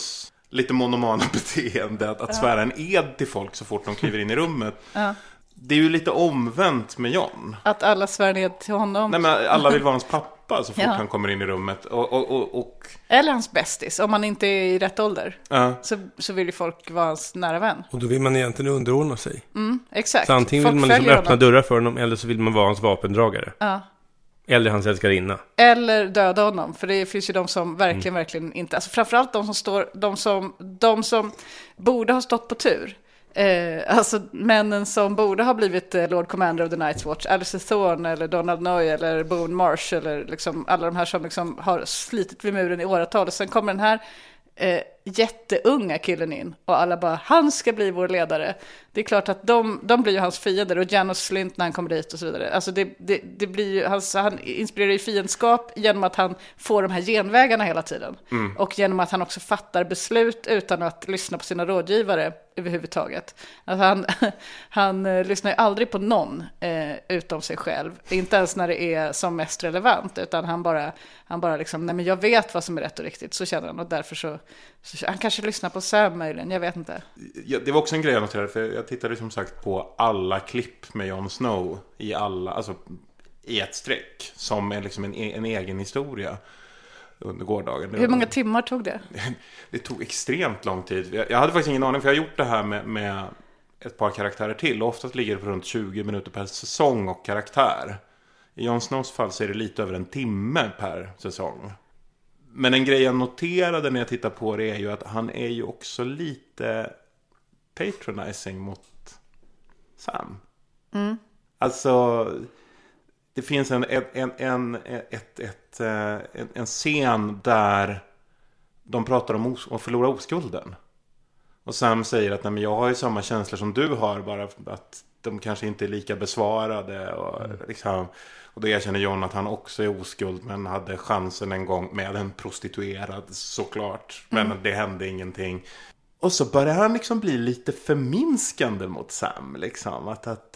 lite monomana beteende att svära en ed till folk så fort de kliver in i rummet. Det är ju lite omvänt med Jon. Att alla svär ner till honom. Nej, men alla vill vara hans pappa så fort han kommer in i rummet. Och... Eller hans bästis, om man inte är i rätt ålder. Så vill ju folk vara hans nära vän. Och då vill man egentligen underordna sig. Exakt. Så antingen vill man liksom öppna dörrar för honom, eller så vill man vara hans vapendragare. Eller hans älskarinna. Eller döda honom. För det finns ju de som verkligen inte... Alltså framförallt de som borde ha stått på tur. Alltså männen som borde ha blivit Lord Commander of the Night's Watch, Alistair Thorne eller Donald Noy eller Bowen Marsh eller liksom alla de här som liksom har slitit vid muren i åratal, och sen kommer den här jätteunga killen in och alla bara, han ska bli vår ledare. Det är klart att de blir ju hans fiender, och Janos Slynt när han kommer dit och så vidare. Alltså det blir ju, han inspirerar ju fiendskap genom att han får de här genvägarna hela tiden. Och genom att han också fattar beslut utan att lyssna på sina rådgivare överhuvudtaget. Alltså han lyssnar ju aldrig på någon utom sig själv. Inte ens när det är som mest relevant, utan han bara liksom, nej men jag vet vad som är rätt och riktigt, så känner han, och därför så han kanske lyssnar på Sam möjligen, jag vet inte. Det var också en grej jag noterade, för jag tittade som sagt på alla klipp med Jon Snow i ett streck, som är liksom en egen historia under gårdagen. Hur många timmar tog det? Det tog extremt lång tid. Jag hade faktiskt ingen aning, för jag har gjort det här med ett par karaktärer till, och oftast ligger det på runt 20 minuter per säsong och karaktär. I Jon Snows fall så är det lite över en timme per säsong. Men en grej jag noterade när jag tittar på det är ju att han är ju också lite patronizing mot Sam. Alltså, det finns en scen där de pratar om att förlora oskulden. Och Sam säger att nej, men jag har ju samma känslor som du har, bara att de kanske inte är lika besvarade. Och då erkänner Jon att han också är oskuld, men hade chansen en gång med en prostituerad, såklart. Men det hände ingenting. Och så börjar han liksom bli lite förminskande mot Sam. Liksom.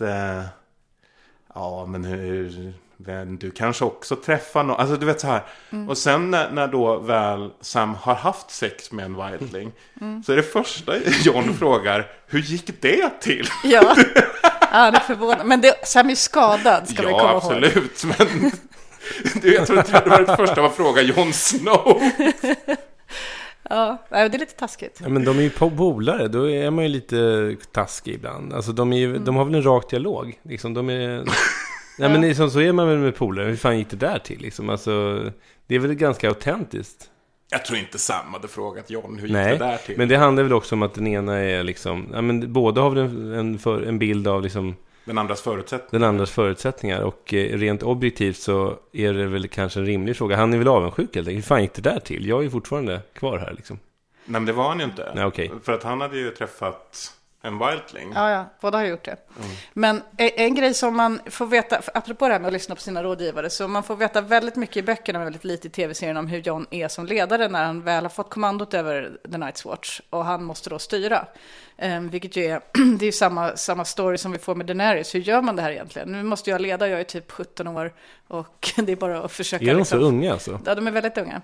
Ja, men du kanske också träffar någon. Alltså du vet så här. Och sen när då väl Sam har haft sex med en wildling, så är det första Jon frågar, hur gick det till? Ja, det är förvånande. Men Sam är skadad, ska vi komma ihåg. Ja, absolut. Men jag tror att det hade varit första att fråga Jon Snow. Ja, det är lite taskigt. Ja, men de är ju polare, då är man ju lite taskig ibland. Alltså de har väl en rak dialog. Liksom, de är... Nej, men liksom, så är man väl med polare. Hur fan gick det där till? Liksom? Alltså, det är väl ganska autentiskt. Jag tror inte Sam hade frågat Jon hur gick det där till. Men det handlar väl också om att den ena är liksom... Ja, men båda har väl en bild av liksom... Den andras förutsättningar. Och rent objektivt så är det väl kanske en rimlig fråga. Han är väl avundsjuk helt enkelt. Hur fan gick det där till? Jag är ju fortfarande kvar här liksom. Nej, men det var han ju inte. Nej, okay. För att han hade ju träffat en wildling. Ja, båda har gjort det. Men en grej som man får veta, apropå det här med att lyssna på sina rådgivare, så man får veta väldigt mycket i böckerna, men väldigt lite i tv-serien, om hur Jon är som ledare när han väl har fått kommandot över The Night's Watch, och han måste då styra. Vilket ju det är ju samma story som vi får med Daenerys. Hur gör man det här egentligen? Nu måste jag leda, jag är typ 17 år och det är bara att försöka. Är de så unga alltså? Ja, de är väldigt unga.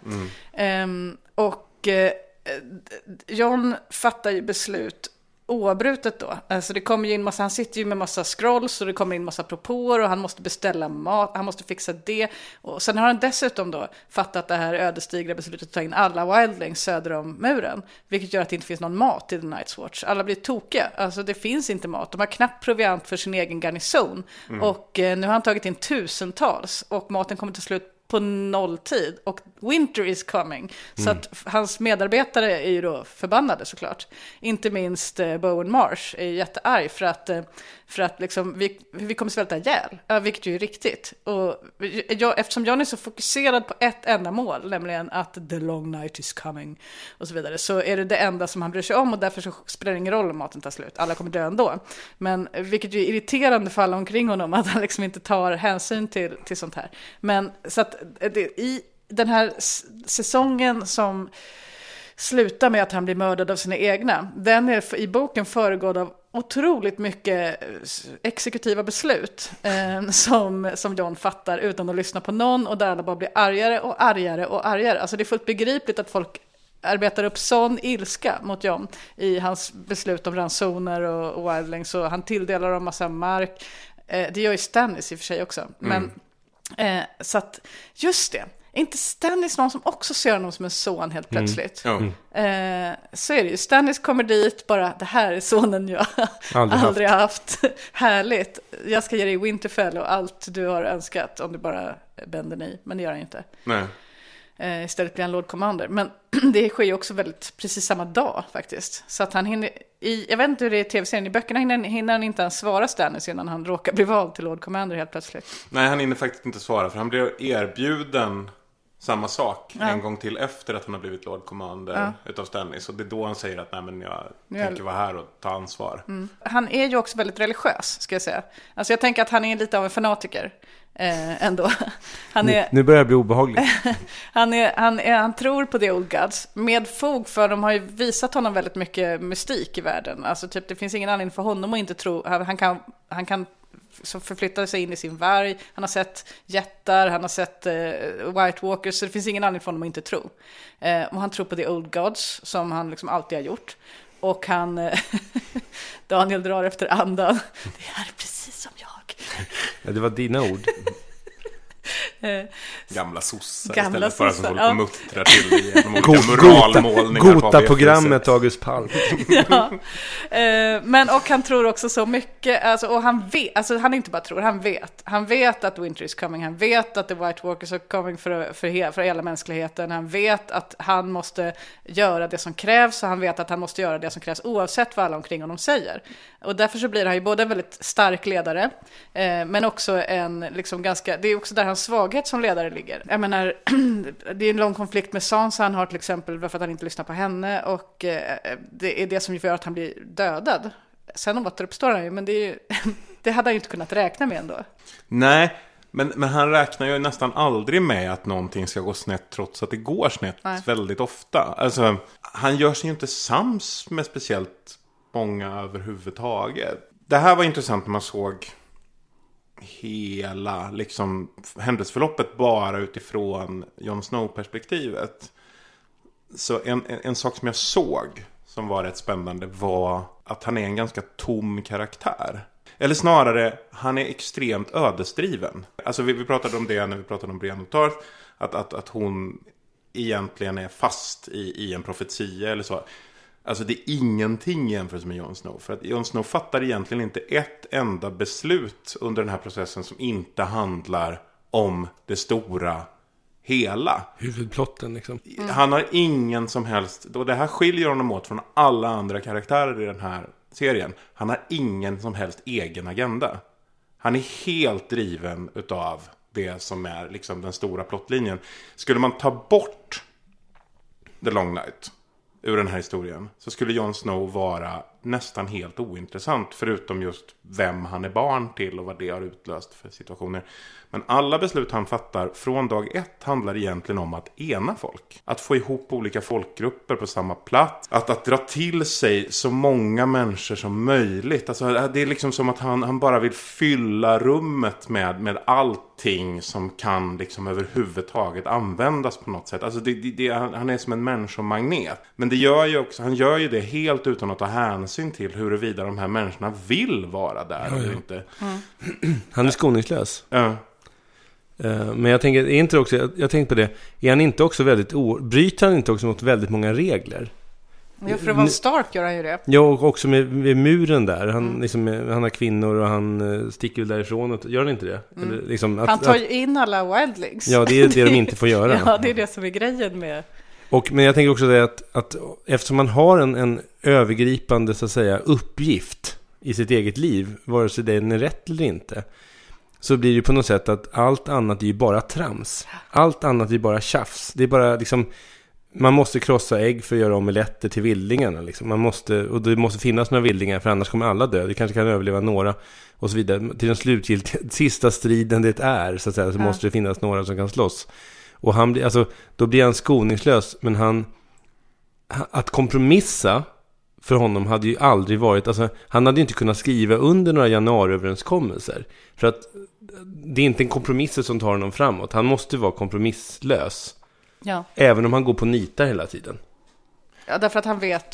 Jon fattar ju beslut oavbrutet då. Alltså det kommer ju in han sitter ju med massa scrolls och det kommer in massa propåer och han måste beställa mat, han måste fixa det. Och sen har han dessutom då fattat det här ödesdigra beslutet att ta in alla wildlings söder om muren, vilket gör att det inte finns någon mat i The Night's Watch. Alla blir tokiga, alltså det finns inte mat. De har knappt proviant för sin egen garnison. Och nu har han tagit in tusentals och maten kommer till slut på nolltid, och winter is coming. Så att hans medarbetare är ju då förbannade såklart. Inte minst Bowen Marsh är jättearg för att liksom, vi kommer svälta ihjäl, vilket ju är riktigt. Och eftersom Jon är så fokuserad på ett enda mål, nämligen att the long night is coming och så vidare, så är det enda som han bryr sig om, och därför så spelar det ingen roll om maten tar slut. Alla kommer dö ändå. Men vilket ju är irriterande för alla omkring honom, att han liksom inte tar hänsyn till sånt här. Men så att i den här säsongen som slutar med att han blir mördad av sina egna, den är i boken föregådd av otroligt mycket exekutiva beslut som Jon fattar utan att lyssna på någon, och där alla bara blir argare och argare och argare. Alltså det är fullt begripligt att folk arbetar upp sån ilska mot Jon i hans beslut om ransoner och wildlings, så han tilldelar dem massa mark. Det gör ju Stannis i och för sig också. Men så att, just det. Är inte Stannis någon som också ser honom som en son helt plötsligt? Så är det ju. Stannis kommer dit bara, det här är sonen jag aldrig haft. Härligt. Jag ska ge dig Winterfell och allt du har önskat om du bara bänder dig. Men det gör han inte. Nej. Istället blir han Lord Commander. Men det sker ju också väldigt precis samma dag faktiskt. Så att han hinner, jag vet inte hur det är i tv-serien, i böckerna hinner han inte ens svara Stannis innan han råkar bli vald till Lord Commander helt plötsligt. Nej, han hinner faktiskt inte svara, för han blir erbjuden samma sak en gång till efter att han har blivit Lord Commander utav Stannis. Och det är då han säger att nej, men jag tänker vara här och ta ansvar. Han är ju också väldigt religiös, ska jag säga. Alltså jag tänker att han är lite av en fanatiker ändå. Nu börjar det bli obehagligt. Han tror på the old gods med fog, för de har ju visat honom väldigt mycket mystik i världen. Alltså typ, det finns ingen anledning för honom att inte tro. Han kan så förflyttar sig in i sin varg. Han har sett jättar, han har sett White Walkers, så det finns ingen anledning för honom att inte tro. Och han tror på the old gods, som han liksom alltid har gjort. Och han Daniel drar efter andan. Det här är precis som jag. Ja, det var dina ord. Gamla sossar istället för att folk muttrar till genom moralmålningar. Gota-programmet August Palm. Men och han tror också så mycket, alltså, och han vet, alltså han inte bara tror, han vet att winter is coming, han vet att the White Walkers are coming för hela mänskligheten, han vet att han måste göra det som krävs, och han vet att han måste göra det som krävs oavsett vad alla omkring honom säger. Och därför så blir han ju både en väldigt stark ledare, men också en liksom ganska, det är också där hans svaghet som ledare ligger. Jag menar, det är en lång konflikt med Sansa han har till exempel, för att han inte lyssnar på henne, och det är det som gör att han blir dödad. Sen återuppstår han ju, men det hade han ju inte kunnat räkna med ändå. Nej, men han räknar ju nästan aldrig med att någonting ska gå snett, trots att det går snett väldigt ofta. Alltså, han gör sig ju inte sams med speciellt många överhuvudtaget. Det här var intressant när man såg hela liksom händelseförloppet bara utifrån Jon Snow-perspektivet. Så en sak som jag såg som var rätt spännande var att han är en ganska tom karaktär. Eller snarare, han är extremt ödesdriven. Alltså vi pratade om det när vi pratade om Brienne of Tarth, att hon egentligen är fast i en profetia eller så. Alltså det är ingenting jämfört med Jon Snow. För att Jon Snow fattar egentligen inte ett enda beslut under den här processen som inte handlar om det stora hela. Huvudplotten liksom. Han har ingen som helst, och det här skiljer honom åt från alla andra karaktärer i den här serien. Han har ingen som helst egen agenda. Han är helt driven utav det som är liksom den stora plottlinjen. Skulle man ta bort The Long Night ur den här historien, så skulle Jon Snow vara nästan helt ointressant, förutom just vem han är barn till och vad det har utlöst för situationer. Men alla beslut han fattar från dag ett handlar egentligen om att ena folk. Att få ihop olika folkgrupper på samma plats. Att dra till sig så många människor som möjligt. Alltså, det är liksom som att han bara vill fylla rummet med allting som kan liksom överhuvudtaget användas på något sätt. Alltså han är som en människomagnet. Men det gör ju också, han gör ju det helt utan att ta hänsyn till huruvida de här människorna vill vara där eller inte. Han är skoningslös. Ja. Men jag tänker, är inte också, jag tänkte på det, är han inte också väldigt bryter han inte också mot väldigt många regler? Ja, för att vara Stark gör han ju det. Ja, och också med muren där. Han har kvinnor och han sticker därifrån. Gör han inte det? Eller, liksom, han tar ju in alla wildlings. Ja, det är det de inte får göra. Ja, det är det som är grejen med. Men jag tänker också det att eftersom man har en övergripande så att säga uppgift i sitt eget liv, vare sig den är rätt eller inte, så blir det på något sätt att allt annat är ju bara trams. Allt annat är bara tjafs. Det är bara liksom, man måste krossa ägg för att göra omeletter till vildingarna liksom. Och det måste finnas några vildingar, för annars kommer alla dö. Vi kanske kan överleva några och så vidare. Till den slutgiltiga sista striden det är, så att säga, så måste det finnas några som kan slåss. Och han blir, alltså, då blir han skoningslös, men att kompromissa för honom hade ju aldrig varit, alltså, han hade ju inte kunnat skriva under några januariöverenskommelser, för att det är inte en kompromiss som tar honom framåt. Han måste vara kompromisslös. Ja. Även om han går på nitar hela tiden. Ja, därför att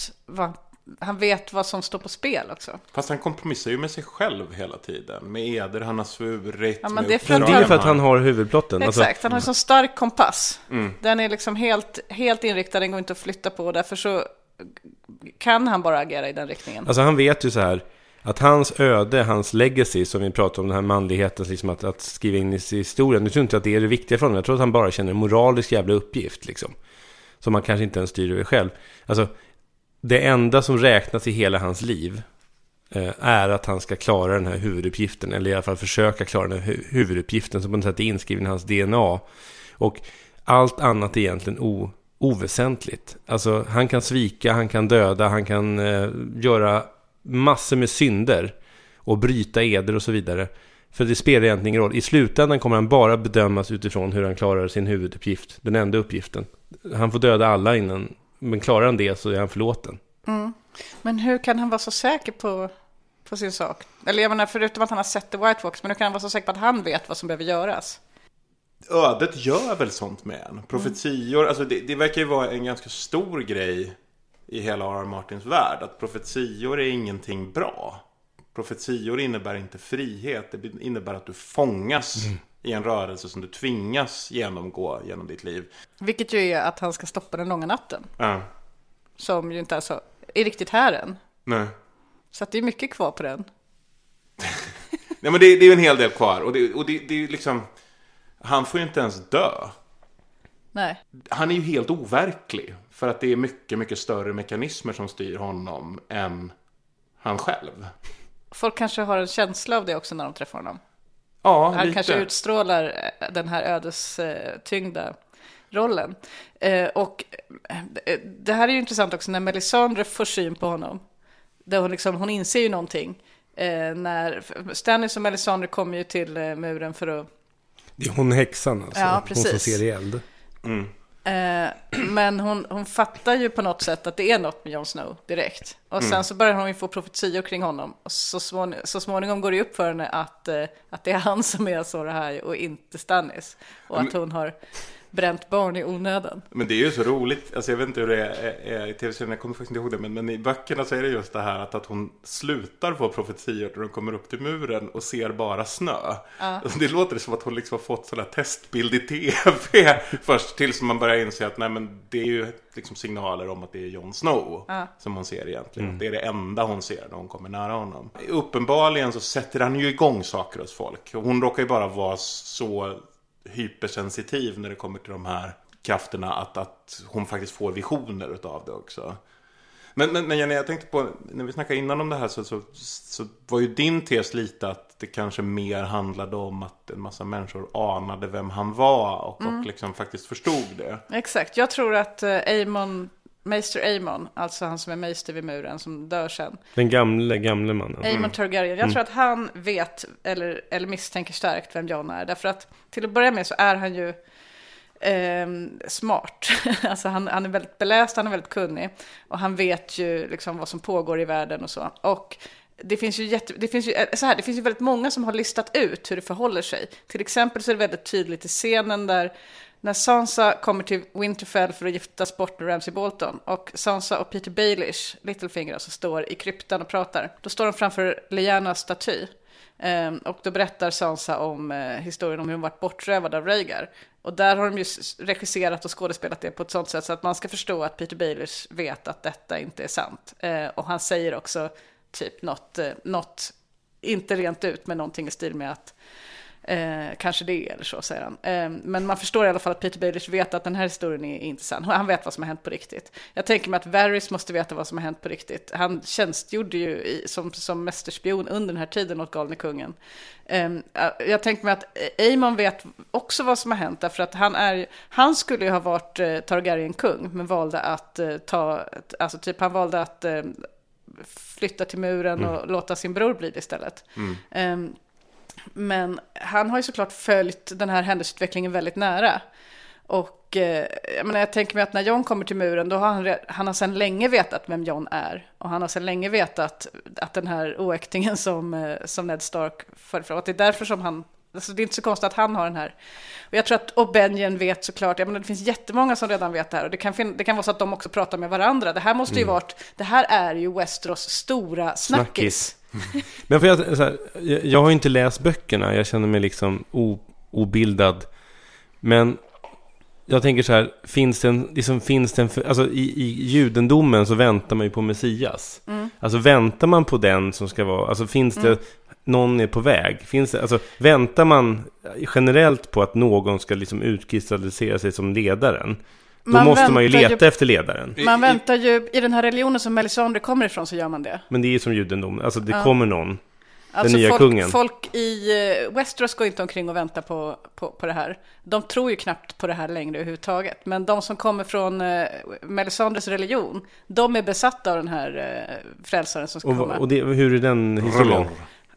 han vet vad som står på spel också. Fast han kompromissar ju med sig själv hela tiden. Med eder han har svurit. Ja, men med det är Men det är för att han har huvudplotten. Exakt, han har en sån stark kompass. Den är liksom helt inriktad, den går inte att flytta på. Därför så kan han bara agera i den riktningen. Alltså han vet ju så här att hans öde, hans legacy, som vi pratar om, den här manligheten, liksom att skriva in i historien. Jag tror inte att det är det viktiga för honom. Jag tror att han bara känner en moralisk jävla uppgift liksom. Som man kanske inte ens styr över själv. Alltså det enda som räknas i hela hans liv är att han ska klara den här huvuduppgiften, eller i alla fall försöka klara den här huvuduppgiften som på något sätt är inskriven i hans DNA. Och allt annat är egentligen oväsentligt. Alltså han kan svika, han kan döda, han kan göra massor med synder och bryta eder och så vidare. För det spelar egentligen ingen roll. I slutändan kommer han bara bedömas utifrån hur han klarar sin huvuduppgift, den enda uppgiften. Han får döda alla innan, men klarar han det så är han förlåten. Men hur kan han vara så säker på sin sak? Eller jag menar, förutom att han har sett The White Walkers, men hur kan han vara så säker på att han vet vad som behöver göras? Ödet gör väl sånt med en. Profetior, alltså det verkar ju vara en ganska stor grej i hela R.R. Martins värld. Att profetior är ingenting bra. Profetior innebär inte frihet. Det innebär att du fångas i en rörelse som du tvingas genomgå genom ditt liv. Vilket ju är att han ska stoppa den långa natten. Ja. Som ju inte är riktigt här än. Nej. Så att det är mycket kvar på den. Nej, men det är ju en hel del kvar. Och det är liksom... Han får ju inte ens dö. Nej. Han är ju helt overklig. För att det är mycket, mycket större mekanismer som styr honom än han själv. Folk kanske har en känsla av det också när de träffar honom. Ja, han lite. Kanske utstrålar den här ödestyngda rollen. Och det här är ju intressant också när Melisandre får syn på honom. Där hon inser ju någonting. När Stannis och Melisandre kommer ju till muren för att... Det är hon häxan alltså. Ja, precis. Hon som ser i eld. Men hon fattar ju på något sätt att det är något med Jon Snow direkt. Och sen så börjar hon ju få profetior kring honom. Och så småningom går det upp för henne att det är han som är så det här och inte Stannis. Och att hon har bränt barn i onödan. Men det är ju så roligt. Alltså jag vet inte hur det är i tv-serien, jag kommer faktiskt inte ihåg det. Men i böckerna så är det just det här att hon slutar få profetior när de kommer upp till muren och ser bara snö. Alltså det låter som att hon liksom har fått sån här testbild i tv först tills man börjar inse att nej, men det är ju liksom signaler om att det är Jon Snow som hon ser egentligen. Det är det enda hon ser när hon kommer nära honom. Uppenbarligen så sätter han ju igång saker hos folk. Hon råkar ju bara vara så hypersensitiv när det kommer till de här krafterna att hon faktiskt får visioner utav det också. Men Jenny, jag tänkte på, när vi snackade innan om det här så var ju din tes lite att det kanske mer handlade om att en massa människor anade vem han var och liksom faktiskt förstod det. Exakt, jag tror att Maester Aemon, alltså han som är Maester vid muren som dör sen. Den gamle mannen. Aemon Targaryen. Jag tror att han vet eller misstänker starkt vem Jon är. Därför att till att börja med så är han ju smart. Alltså han är väldigt beläst, han är väldigt kunnig. Och han vet ju liksom vad som pågår i världen och så. Och det finns ju väldigt många som har listat ut hur det förhåller sig. Till exempel så är det väldigt tydligt i scenen där när Sansa kommer till Winterfell för att giftas bort med Ramsay Bolton och Sansa och Peter Baelish, Littlefinger, alltså står i kryptan och pratar. Då står de framför Lyannas staty och då berättar Sansa om historien om hur hon varit bortrövad av Rhaegar. Och där har de ju regisserat och skådespelat det på ett sånt sätt så att man ska förstå att Peter Baelish vet att detta inte är sant. Och han säger också typ något inte rent ut men någonting i stil med att kanske det eller så, säger han. Men man förstår i alla fall att Peter Baelish vet att den här historien är inte sann. Han vet vad som har hänt på riktigt. Jag tänker mig att Varys måste veta vad som har hänt på riktigt. Han tjänstgjorde ju som mästerspion under den här tiden åt galne kungen. Jag tänker mig att Aemon vet också vad som har hänt därför att han skulle ju ha varit Targaryen-kung men valde att han valde att flytta till muren och låta sin bror bli det istället. Men han har ju såklart följt den här händelseutvecklingen väldigt nära. Och jag tänker mig att när Jon kommer till muren då har han har sedan länge vetat vem Jon är. Och han har sedan länge vetat att den här oäktingen som Ned Stark förde fram, att det är därför som han Alltså det är inte så konstigt att han har den här. Och jag tror att Benjen vet såklart, det finns jättemånga som redan vet det här. Och det kan vara så att de också pratar med varandra. Det här måste ju det här är ju Westeros stora snackis. Men jag har ju inte läst böckerna. Jag känner mig liksom obildad. Men jag tänker så här, alltså i judendomen så väntar man ju på Messias. Alltså väntar man på den som ska vara, alltså finns det någon är på väg? Alltså väntar man generellt på att någon ska liksom utkristallisera sig som ledaren? Då måste man ju leta efter ledaren. Man väntar ju, i den här religionen som Melisandre kommer ifrån så gör man det. Men det är ju som judendom, alltså det kommer någon. Den nya kungen. Folk i Westeros går inte omkring och väntar på det här. De tror ju knappt på det här längre överhuvudtaget. Men de som kommer från Melisandres religion, de är besatta av den här frälsaren som ska komma. Och hur är den historien?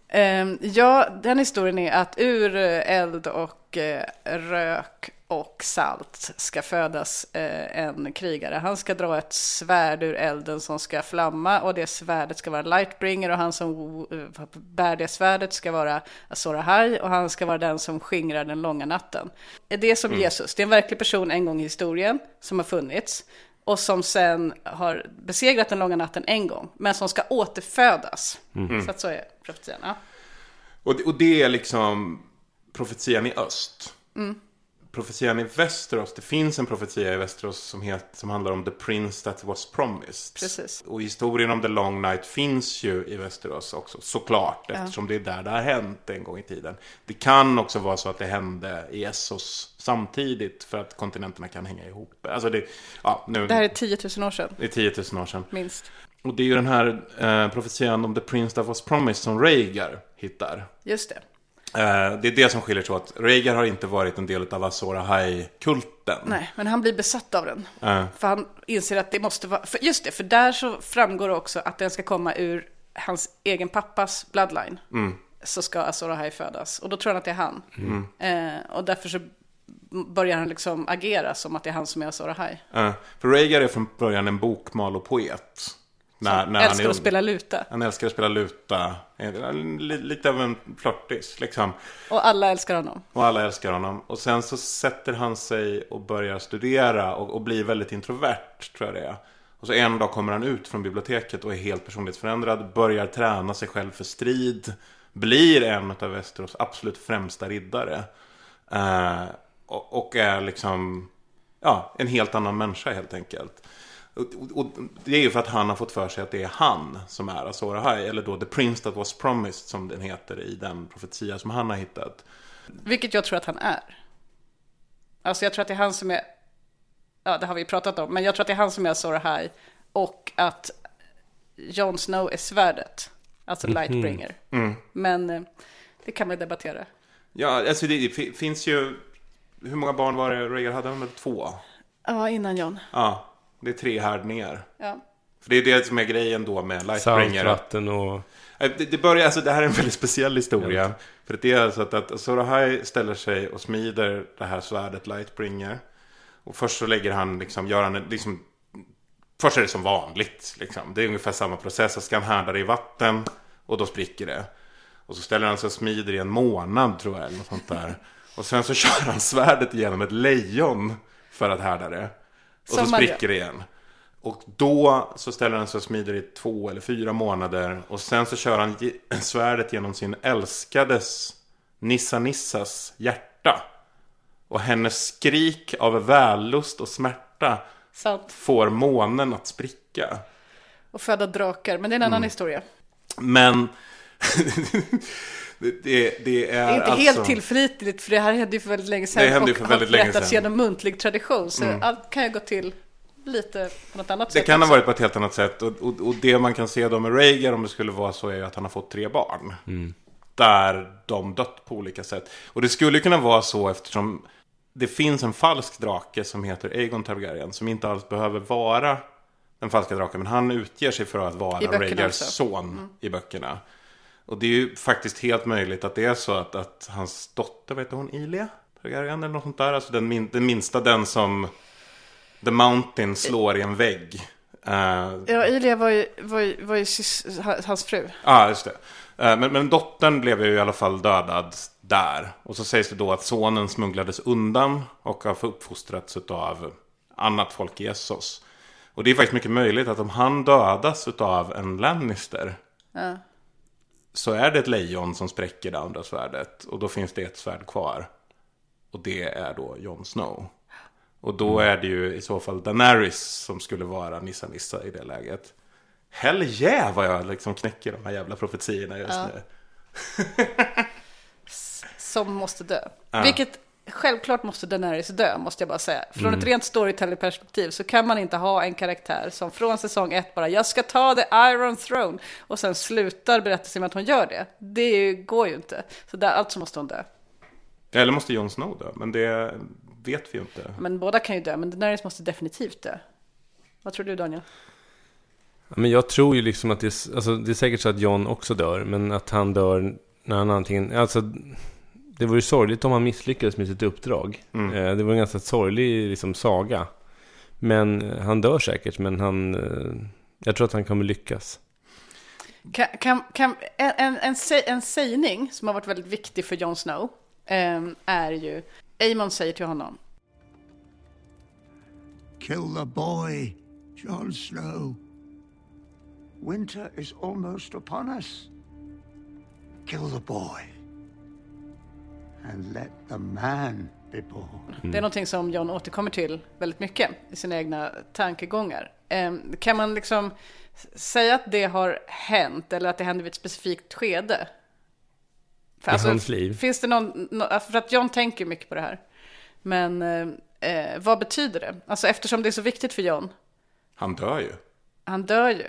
Den historien är att ur eld och rök och salt ska födas en krigare. Han ska dra ett svärd ur elden som ska flamma, och det svärdet ska vara Lightbringer, och han som bär det svärdet ska vara Azor Ahai, och han ska vara den som skingrar den långa natten. Det är som Jesus, det är en verklig person en gång i historien som har funnits och som sen har besegrat den långa natten en gång, men som ska återfödas. Så att så är profetian. Ja. Och det är liksom profetian i öst. Profetian i Westeros, det finns en profetia i Westeros som handlar om The Prince That Was Promised. Precis. Och historien om The Long Night finns ju i Westeros också, såklart, eftersom det är där det har hänt en gång i tiden. Det kan också vara så att det hände i Essos samtidigt för att kontinenterna kan hänga ihop. Alltså det här är 10 000 år sedan. Det är 10 000 år sedan. Minst. Och det är ju den här profetian om The Prince That Was Promised som Rhaegar hittar. Just det. Det är det som skiljer sig åt. Rhaegar har inte varit en del av Azor Ahai-kulten. Nej, men han blir besatt av den. För han inser att det måste vara... För där så framgår också att den ska komma ur hans egen pappas bloodline. Så ska Azor Ahai födas. Och då tror han att det är han. Och därför så börjar han liksom agera som att det är han som är Azor Ahai. För Rhaegar är från början en bokmal och poet. När älskar att spela luta. Han älskar att spela luta. Lite av en flörtis liksom. Och alla älskar honom. Och sen så sätter han sig och börjar studera och blir väldigt introvert, tror jag det är. Och så en dag kommer han ut från biblioteket och är helt personlighetsförändrad. Börjar träna sig själv för strid. Blir en av Westeros absolut främsta riddare. Och är liksom en helt annan människa helt enkelt. Och det är ju för att han har fått för sig att det är han som är Azor Ahai, eller då The Prince That Was Promised som den heter i den profetia som han har hittat. Vilket jag tror att han är. Alltså jag tror att det är han som är, det har vi pratat om, men jag tror att det är han som är Azor Ahai, och att Jon Snow är svärdet, alltså Lightbringer. Men det kan man debattera. Ja, alltså det finns ju, hur många barn var det Rhaegar hade? Han hade 2. Ja, innan Jon. Ja. Det är 3 härdningar. Ja. För det är det som är grejen då med Lightbringer. Saltvatten och... Det börjar, alltså det här är en väldigt speciell historia. För det är alltså att Azor Ahai ställer sig och smider det här svärdet Lightbringer. Och först så lägger han först är det som vanligt liksom. Det är ungefär samma process. Så ska han härda det i vatten och då spricker det. Och så ställer han sig och smider i en månad, tror jag, eller något sånt där. Och sen så kör han svärdet igenom ett lejon för att härda det. Och så spricker det igen. Och då så ställer han sig och smider i 2 eller 4 månader. Och sen så kör han svärdet genom sin älskades Nissas hjärta. Och hennes skrik av vällust och smärta får månen att spricka. Och föda drakar, men det är en annan historia. Men... Det är inte alltså helt tillförlitligt, för det här hände ju för väldigt länge sedan. Det hände ju för väldigt länge sedan. Och har berättats genom muntlig tradition. Så allt kan ju gå till lite på något annat sätt. Det kan ha varit på ett helt annat sätt. Och det man kan se då med Rhaegar, om det skulle vara så, är ju att han har fått 3 barn. Där de dött på olika sätt. Och det skulle kunna vara så eftersom det finns en falsk drake som heter Aegon Targaryen, som inte alls behöver vara den falska draken, men han utger sig för att vara Rhaegars son i böckerna. Och det är ju faktiskt helt möjligt att det är så att hans dotter, vet hon, Ilia Targaryen eller något sånt där, alltså den minsta, den som The Mountain slår i en vägg. Ja, Ilia var ju hans fru. Ja, just det. Men dottern blev ju i alla fall dödad där. Och så sägs det då att sonen smugglades undan och har uppfostrats av annat folk i Essos. Och det är faktiskt mycket möjligt att om han dödas av en Lannister så är det ett lejon som spräcker det andra svärdet. Och då finns det ett svärd kvar. Och det är då Jon Snow. Och då är det ju i så fall Daenerys som skulle vara Nissa i det läget. Hell yeah, vad jag liksom knäcker de här jävla profetiorna just nu. Som måste dö. Vilket självklart måste Daenerys dö, måste jag bara säga. Från ett rent storytelling-perspektiv så kan man inte ha en karaktär som från säsong 1 bara jag ska ta the Iron Throne och sen slutar berättelsen med att hon gör det. Det går ju inte. Så där, alltså måste hon dö. Eller måste Jon Snow dö, men det vet vi ju inte. Men båda kan ju dö, men Daenerys måste definitivt dö. Vad tror du, Daniel? Men jag tror ju liksom att det är säkert så att Jon också dör, men att han dör när han antingen... Alltså, det var ju sorgligt om han misslyckades med sitt uppdrag. Det var en ganska sorglig liksom, saga. Men han dör säkert, men jag tror att han kommer lyckas. En sägning som har varit väldigt viktig för Jon Snow är ju... Aemon säger till honom: Kill the boy, Jon Snow. Winter is almost upon us. Kill the boy. And let the man be born. Det är någonting som Jon återkommer till väldigt mycket i sina egna tankegångar. Kan man liksom säga att det har hänt eller att det händer vid ett specifikt skede? För, i hans liv. Finns det för att Jon tänker mycket på det här. Men vad betyder det? Alltså eftersom det är så viktigt för Jon. Han dör ju.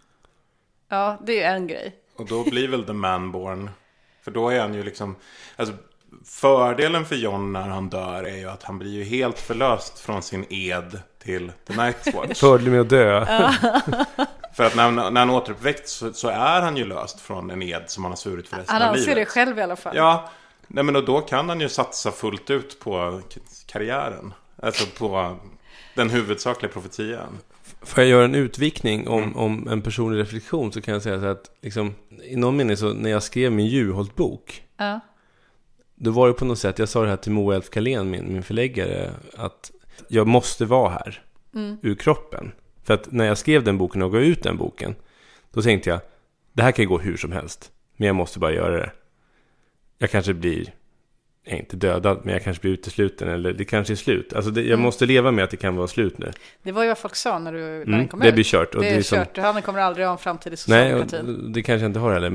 Ja, det är en grej. Och då blir väl the man born. För då är han ju liksom... Alltså, fördelen för Jon när han dör är ju att han blir ju helt förlöst från sin ed till The Night's Watch. Fördel med att dö. För att när han återuppväcks så är han ju löst från en ed som han har svurit för resten av livet. Han anser det själv i alla fall. Ja, nej, men då kan han ju satsa fullt ut på karriären. Alltså på den huvudsakliga profetian. Får jag göra en utvikning om en personlig reflektion, så kan jag säga så att liksom, i någon mening så när jag skrev min Juholt-bok, då var det på något sätt, jag sa det här till Moa Elf Kalén, min förläggare, att jag måste vara här ur kroppen. För att när jag skrev den boken och gav ut den boken, då tänkte jag, det här kan gå hur som helst, men jag måste bara göra det. Jag kanske blir inte dödad, men jag kanske blir utesluten, eller det kanske är slut. Alltså jag måste leva med att det kan vara slut nu. Det var ju vad folk sa när den kom ut. Det blir kört. Och det är kört. Han kommer aldrig ha en framtid i socialdemokratin. Nej, det kanske jag inte har heller.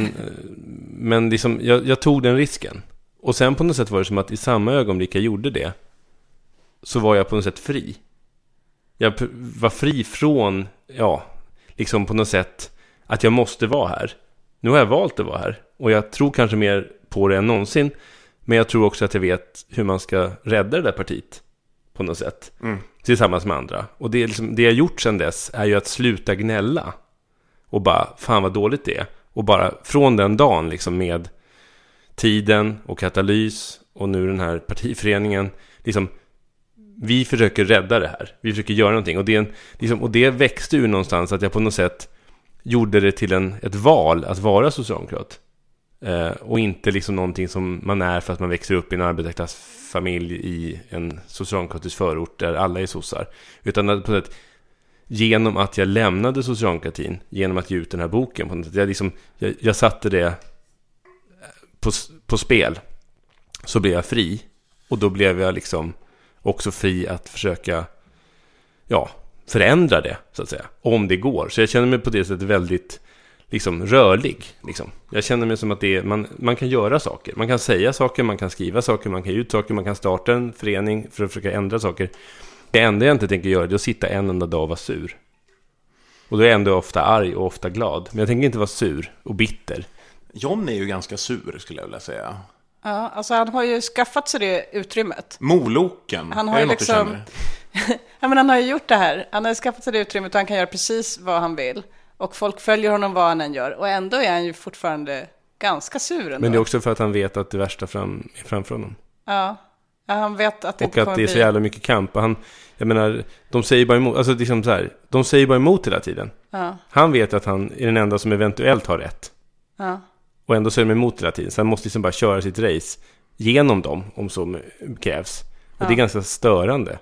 Men liksom, jag tog den risken. Och sen på något sätt var det som att i samma ögonblick jag gjorde det, så var jag på något sätt fri. Jag var fri från, liksom på något sätt att jag måste vara här. Nu har jag valt att vara här. Och jag tror kanske mer på det än någonsin. Men jag tror också att jag vet hur man ska rädda det där partiet på något sätt. Tillsammans med andra. Och det, är liksom, det jag gjort sedan dess är ju att sluta gnälla. Och bara, fan vad dåligt det är. Och bara från den dagen liksom med tiden och katalys och nu den här partiföreningen. Liksom, vi försöker rädda det här. Vi försöker göra någonting. Och det växte ur någonstans att jag på något sätt gjorde det till ett val att vara socialdemokrat. Och inte liksom någonting som man är för att man växer upp i en arbetarklassfamilj i en socialdemokratisk förort där alla är sossar. Utan att på ett, genom att jag lämnade socialdemokratin, genom att ge ut den här boken på något sätt, jag satte det på spel, så blev jag fri. Och då blev jag liksom också fri att försöka förändra det, så att säga, om det går. Så jag känner mig på det sättet väldigt liksom rörlig liksom. Jag känner mig som att det är, man kan göra saker. Man kan säga saker, man kan skriva saker, man kan ge ut saker, man kan starta en förening för att försöka ändra saker. Det enda jag inte tänker göra är att sitta en enda dag och vara sur. Och då är jag ändå ofta arg och ofta glad. Men jag tänker inte vara sur och bitter. Jon är ju ganska sur, skulle jag vilja säga. Ja, alltså han har ju skaffat sig det utrymmet. Moloken, han har ju liksom ja, men han har ju gjort det här. Han har skaffat sig det utrymmet och han kan göra precis vad han vill. Och folk följer honom vad han än gör. Och ändå är han ju fortfarande ganska sur ändå. Men det är också för att han vet att det värsta är framför honom. Ja, han vet att det inte kommer att det är så jävla mycket kamp. Och jag menar, de säger bara emot. Alltså liksom så här, de säger bara emot hela tiden. Ja. Han vet att han är den enda som eventuellt har rätt. Ja. Och ändå så är de emot hela tiden. Så han måste liksom bara köra sitt race genom dem om så krävs. Och det är ganska störande.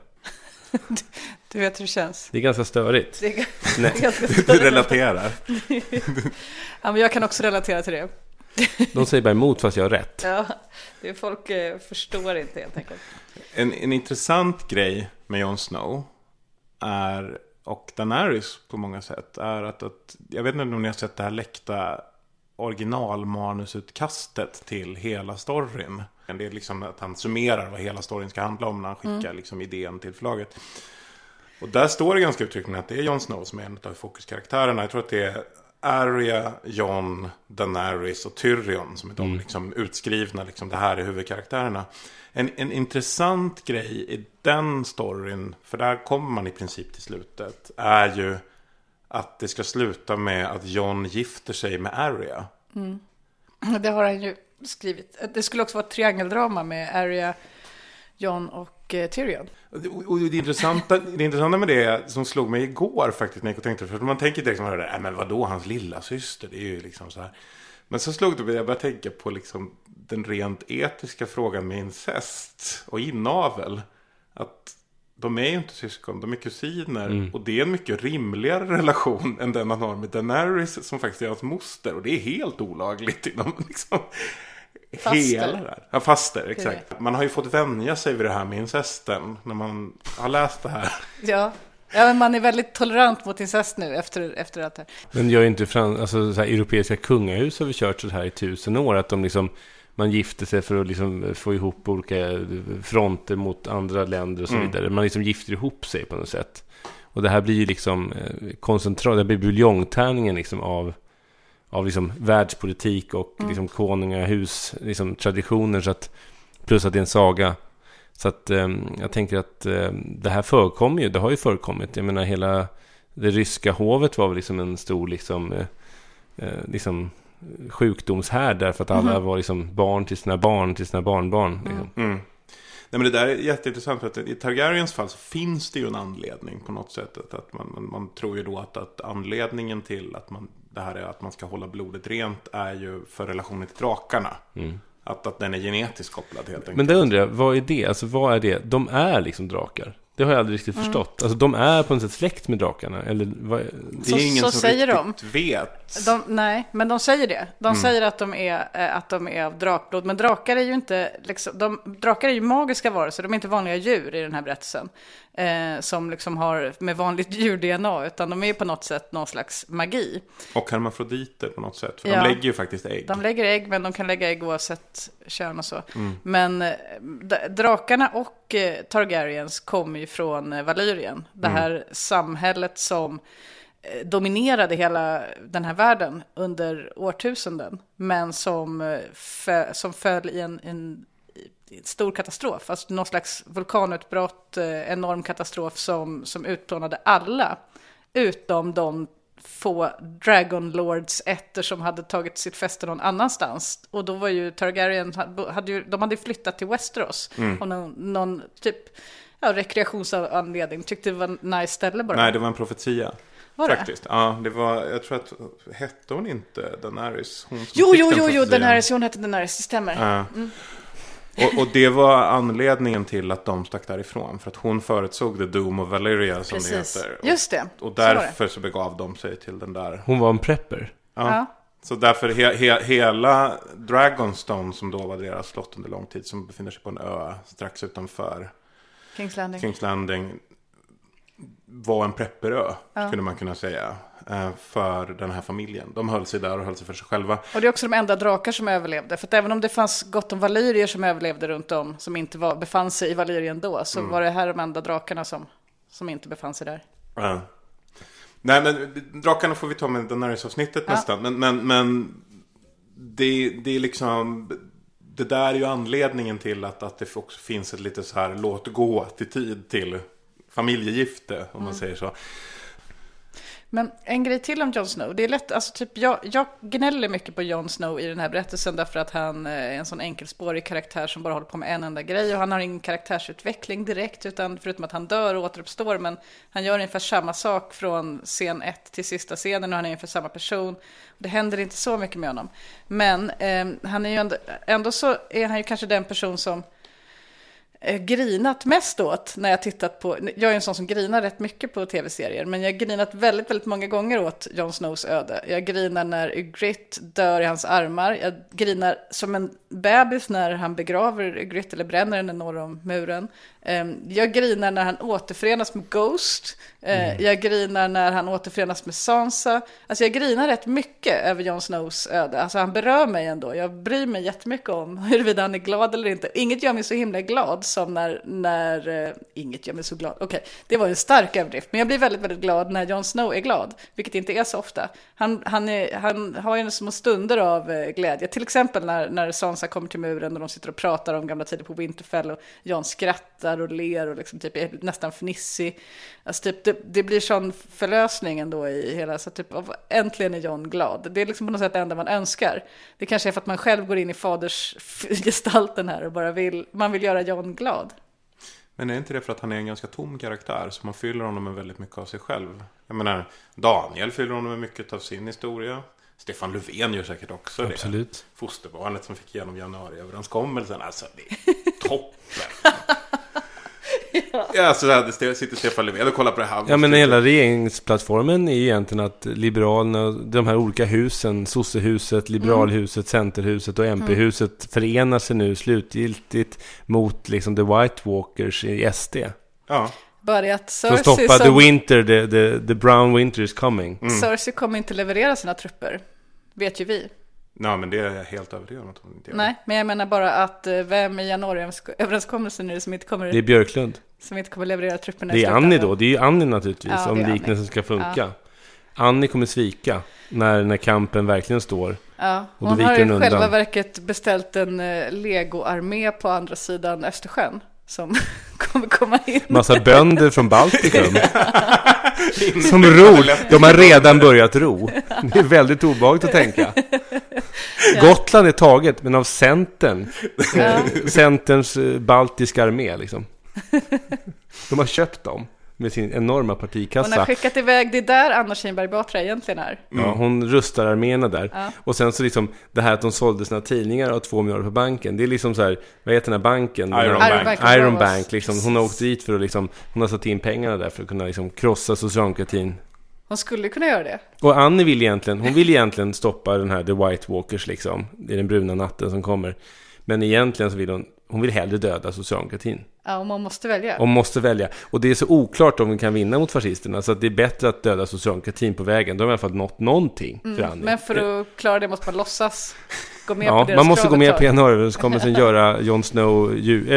Du vet hur det känns. Det är ganska störigt. Det är ganska störigt. Du relaterar. Ja, men jag kan också relatera till det. De säger bara emot fast jag har rätt. Ja, det är folk förstår inte helt enkelt. En intressant grej med Jon Snow är, och Daenerys på många sätt, är att jag vet inte om ni har sett det här läckta originalmanusutkastet till hela storyn. Det är liksom att han summerar vad hela storyn ska handla om när han skickar liksom idén till förlaget. Och där står det ganska uttryckligen att det är Jon Snow som är en av fokuskaraktärerna. Jag tror att det är Arya, Jon, Daenerys och Tyrion som är de liksom utskrivna, liksom det här är huvudkaraktärerna. En intressant grej i den storyn, för där kommer man i princip till slutet, är ju att det ska sluta med att Jon gifter sig med Arya. Det har han ju skrivit. Det skulle också vara ett triangeldrama med Arya, Jon och Tyrion. Och det intressanta med det som slog mig igår faktiskt när jag tänkte, för man tänker direkt men vadå, hans lilla syster, det är ju liksom så här. Men så slog det mig, jag började tänka på liksom den rent etiska frågan med incest och inavel. Att de är ju inte syskon, de är kusiner. Och det är en mycket rimligare relation än den man har med Daenerys som faktiskt är hans moster. Och det är helt olagligt inom liksom Faster. Ja, faster, exakt. Man har ju fått vänja sig vid det här med incesten när man har läst det här. Ja, men man är väldigt tolerant mot incest nu efter att det. Men jag är inte alltså så här, europeiska kungahus har vi kört så här i 1000 år att de liksom, man gifter sig för att liksom få ihop olika fronter mot andra länder och så vidare. Man liksom gifter ihop sig på något sätt. Och det här blir ju liksom koncentrat, det blir buljongtärningen liksom av liksom världspolitik och liksom konungahus liksom traditioner, så att plus att det är en saga. Så att jag tänker att det här förekommer ju, det har ju förekommit. Jag menar hela det ryska hovet var väl liksom en stor liksom sjukdomshärd därför att alla var liksom barn till sina barnbarn liksom. Nej, men det där är jätteintressant, för att i Targaryens fall så finns det ju en anledning på något sätt, att man tror ju då att anledningen till att det här är att man ska hålla blodet rent är ju för relationen till drakarna. Att den är genetiskt kopplad helt enkelt. Men det undrar jag, vad är det? Alltså vad är det? De är liksom drakar. Det har jag aldrig riktigt förstått. Alltså de är på något sätt släkt med drakarna. Eller vad? Det är ingen som riktigt vet. Nej, men de säger det. De säger att de är av drakblod. Men drakar är ju inte liksom, drakar är ju magiska varelser. De är inte vanliga djur i den här berättelsen. Som liksom har med vanligt djur-DNA. Utan de är på något sätt någon slags magi. Och hermafroditer på något sätt. För de lägger ju faktiskt ägg. De lägger ägg, men de kan lägga ägg oavsett kön och så. Men drakarna och Targaryens kommer ju från Valyrien. Det här samhället som dominerade hela den här världen under årtusenden. Men som föll i en stor katastrof. Alltså någon slags vulkanutbrott, enorm katastrof som utplånade alla. Utom de få Dragon Lords ätter som hade tagit sitt fäste någon annanstans. Och då var ju Targaryen, de hade flyttat till Westeros. Av någon typ rekreationsanledning. Tyckte det var ett nice ställe bara. Nej, det var en profetia. Var faktiskt. Ja, det var, jag tror att, hette hon inte Daenerys? Jo, Daenerys, hon hette Daenerys, det stämmer. Och det var anledningen till att de stack därifrån. För att hon förutsåg The Doom of Valyria som det heter. Just det. Och därför så begav de sig till den där. Hon var en prepper. Ja. Så därför hela Dragonstone som då var deras slott under lång tid, som befinner sig på en ö strax utanför King's Landing var en prepperö, skulle man kunna säga, för den här familjen. De höll sig där och höll sig för sig själva. Och det är också de enda drakar som överlevde. För att även om det fanns gott om valyrier som överlevde runt om, som inte befann sig i Valyrien då, så var det här de enda drakarna som inte befann sig där. Nej, men drakarna får vi ta med Daenerys-avsnittet nästan. Men det är liksom... Det där är ju anledningen till att det också finns ett lite så här låt gå-attityd till familjegifte, om man säger så. Men en grej till om Jon Snow. Det är lätt, alltså typ jag gnäller mycket på Jon Snow i den här berättelsen därför att han är en sån enkelspårig karaktär som bara håller på med en enda grej och han har ingen karaktärsutveckling direkt utan förutom att han dör och återuppstår, men han gör ungefär samma sak från scen 1 till sista scenen och han är ungefär samma person. Det händer inte så mycket med honom. Men han är ju ändå så är han ju kanske den person som grinat mest åt när jag tittat på, jag är en sån som grinar rätt mycket på tv-serier, men jag har grinat väldigt, väldigt många gånger åt Jon Snows öde. Jag grinar när Ygritte dör i hans armar, jag grinar som en bebis när han begraver Ygritte eller bränner henne norr om muren. Jag grinar när han återförenas med Ghost. Jag grinar när han återförenas med Sansa. Alltså jag grinar rätt mycket över Jon Snows öde. Alltså han berör mig ändå. Jag bryr mig jättemycket om huruvida han är glad eller inte. Inget gör mig så himla glad som när inget gör mig så glad. Okej, det var en stark överdrift. Men jag blir väldigt, väldigt glad när Jon Snow är glad. Vilket inte är så ofta. Han har ju små stunder av glädje. Till exempel när Sansa kommer till muren och de sitter och pratar om gamla tider på Winterfell och Jon skrattar och ler och liksom typ är nästan fnissig. Alltså typ, det blir sån förlösning ändå i hela, så typ äntligen är Jon glad. Det är liksom på något sätt det enda man önskar. Det kanske är för att man själv går in i faders gestalten här och bara man vill göra Jon glad. Men är inte det för att han är en ganska tom karaktär så man fyller honom med väldigt mycket av sig själv? Jag menar, Daniel fyller honom med mycket av sin historia. Stefan Löfven gör säkert också det. Absolut. Fosterbarnet som fick igenom januariöverenskommelsen. Alltså, det är toppen. Ja, så där sitter Stefan Löfven och kollar på det här. Ja, men hela regeringsplattformen är egentligen att Liberalerna, de här olika husen, Sossehuset, Liberalhuset, Centerhuset och MP-huset förenar sig nu slutgiltigt mot liksom The White Walkers i SD. Ja. Bara att Cersei som stoppa the winter, the brown winter is coming. Cersei kommer inte leverera sina trupper, vet ju vi. Nej, men det är jag helt övertygad om att hon inte gör. Nej, men jag menar bara att vem i januariöverenskommelsen är det som inte kommer... Det är Björklund. Som inte kommer leverera trupperna. Det är Annie då, det är ju Annie naturligtvis, ja, om liknelsen ska funka. Ja. Annie kommer svika när kampen verkligen står. Ja, hon har i själva verket beställt en Lego-armé på andra sidan Östersjön som kommer komma in. Massa bönder från Baltikum. Som ror. De har redan börjat ro. Det är väldigt obehagligt att tänka. Ja. Gotland är taget, men av Centern. Centerns baltiska armé liksom. De har köpt dem med sin enorma partikassa. Hon har skickat iväg det där Anna Kinberg Batra egentligen är. Ja, hon rustar arméerna där. Ja. Och sen så liksom det här att de sålde sina tidningar och 2 miljarder på banken. Det är liksom så här, vad heter den här banken? Iron Bank liksom. Hon har åkt dit för att liksom, hon har satt in pengarna där för att kunna liksom krossa socialdemokratin. Hon skulle kunna göra det. Och Annie vill egentligen stoppa den här The White Walkers liksom. Det är den bruna natten som kommer. Men egentligen så vill hon vill hellre döda socialdemokratin. Ja, och man måste välja. Hon måste välja. Och det är så oklart om hon kan vinna mot fascisterna. Så att det är bättre att döda socialdemokratin på vägen. Då har i alla fall nått någonting för Annie. Men för att klara det måste man låtsas gå med på deras man måste gå med på januariöverenskommelsen göra Jon Snow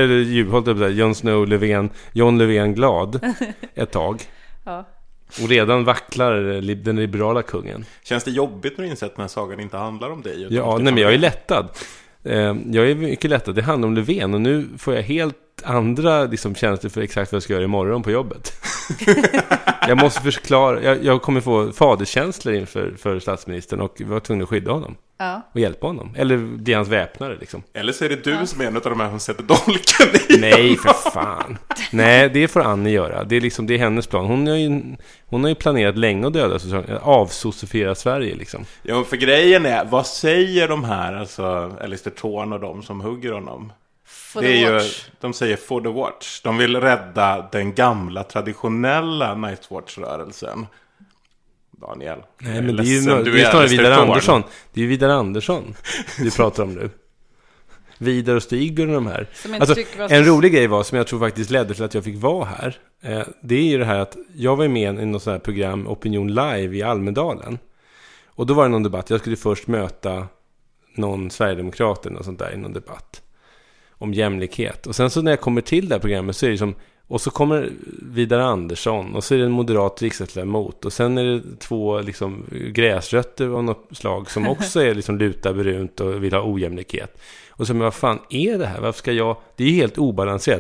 Jon Löfven glad ett tag. Ja. Och redan vacklar den liberala kungen. Känns det jobbigt när du insett att den här sagan inte handlar om dig? Ja, men jag är lättad. Jag är mycket lättad. Det handlar om Löfven och nu får jag helt andra liksom, tjänster för exakt vad jag ska göra imorgon på jobbet. Jag måste förklara. Jag kommer få faderskänslor inför statsministern och var tvungen att skydda honom. Ja. Och hjälpa honom. Eller bli hans väpnare liksom. Eller så är det du som är en av de här som sätter dolken i. Nej, för fan. Nej, det får Annie göra. Det är hennes plan. Hon har ju planerat länge att döda avsocifiera Sverige liksom. Ja, för grejen är, vad säger de här, alltså Alistair Thorne och de som hugger honom? De säger for the watch. De vill rädda den gamla traditionella Night's Watch-rörelsen. Daniel. Nej, men det är snarare Vidar Andersson. Det är ju Vidar Andersson du pratar om nu. Vidar och Stigbjörn och de här. Alltså, en rolig grej var som jag tror faktiskt ledde till att jag fick vara här. Det är ju det här att jag var med i något sånt här program Opinion Live i Almedalen. Och då var det någon debatt. Jag skulle först möta någon Sverigedemokrat eller något sånt där i någon debatt om jämlikhet. Och sen så när jag kommer till det här programmet så är det som, och så kommer Vidar Andersson och så är det en moderat riksdagsledamot och sen är det 2 liksom gräsrötter av något slag som också är liksom luta berunt och vill ha ojämlikhet. Och så, men vad fan är det här? Varför ska jag? Det är ju helt obalanserat.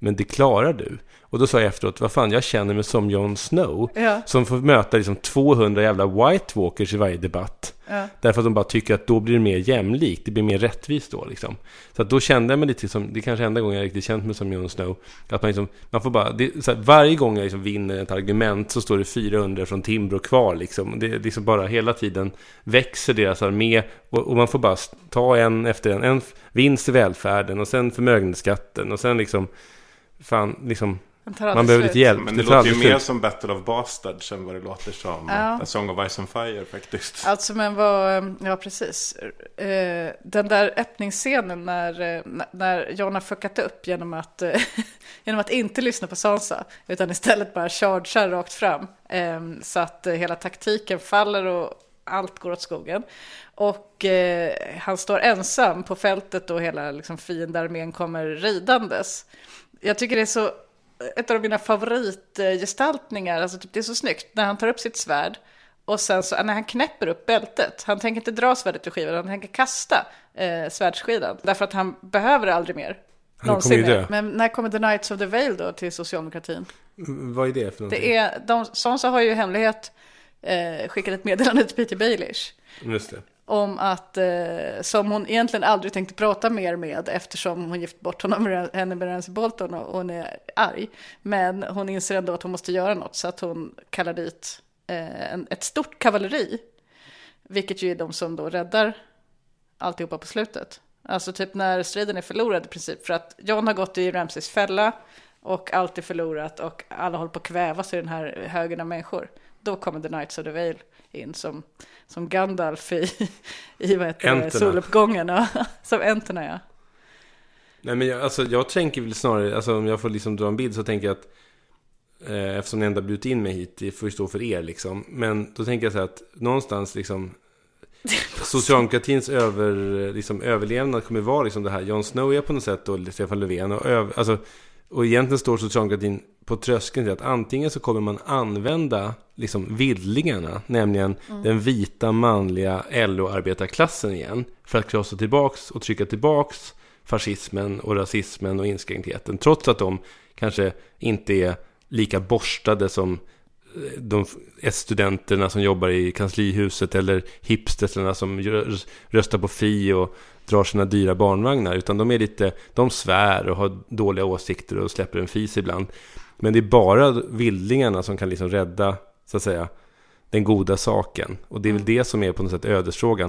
men det klarar du. Och då sa jag efteråt, vad fan, jag känner mig som Jon Snow som får möta liksom 200 jävla White Walkers i varje debatt. Därför att de bara tycker att då blir det mer jämlikt, det blir mer rättvist då liksom. Så att då kände jag mig lite som, det är kanske enda gången jag riktigt känt mig som Jon Snow, att man liksom, man får bara, det, så här, varje gång jag liksom vinner ett argument så står det 400 från Timbro kvar liksom. Det är liksom bara hela tiden växer deras armé och man får bara ta en efter en vinst i välfärden och sen förmögenhetsskatten och sen liksom fan liksom man behöver lite hjälp. Men det låter ju mer som Battle of Bastards än vad det låter som A Song of Ice and Fire faktiskt. Alltså men ja precis. Den där öppningsscenen när Jon har fuckat upp genom att inte lyssna på Sansa utan istället bara chargear rakt fram. Så att hela taktiken faller och allt går åt skogen. Och han står ensam på fältet och hela liksom, fiendarmén kommer ridandes. Jag tycker det är så ett av mina favoritgestaltningar, alltså typ, det är så snyggt när han tar upp sitt svärd och sen så när han knäpper upp bältet, han tänker inte dra svärdet ur skivan, han tänker kasta svärdsskidan därför att han behöver det aldrig mer. Någonsin. Men när kommer The Knights of the Vale då till socialdemokratin? Vad är det för någonting? Det är, Sansa har ju hemlighet skickat ett meddelande till Peter Baelish. Just det. Om att, som hon egentligen aldrig tänkte prata mer med eftersom hon gift bort honom med henne med Ramsay Bolton och hon är arg. Men hon inser ändå att hon måste göra något så att hon kallar dit ett stort kavalleri. Vilket ju är de som då räddar alltihopa på slutet. Alltså typ när striden är förlorad i princip. För att Jon har gått i Ramsays fälla och allt är förlorat och alla håller på att kvävas i den här högen av människor. Då kommer The Knights of the Vale in som Gandalf i vad heter det, soluppgången som Enterna, ja. Nej men jag tänker väl snarare, alltså om jag får liksom dra en bild så tänker jag att eftersom ni ändå har bjudit in mig hit, det får ju stå för er liksom. Men då tänker jag så här att någonstans liksom socialdemokratins överlevnad kommer vara liksom det här Jon Snow är på något sätt och Stefan Löfven och egentligen står socialdemokratin på tröskeln till att antingen så kommer man använda liksom vildlingarna, nämligen den vita manliga LO-arbetarklassen igen för att krossa tillbaks och trycka tillbaks fascismen och rasismen och inskränktheten, trots att de kanske inte är lika borstade som de studenterna som jobbar i kanslihuset eller hipsterna som röstar på Fi och drar sina dyra barnvagnar, utan de är lite, de svär och har dåliga åsikter och släpper en fis ibland. Men det är bara vildlingarna som kan liksom rädda, så att säga, den goda saken. Och det är väl det som är på något sätt ödesfrågan.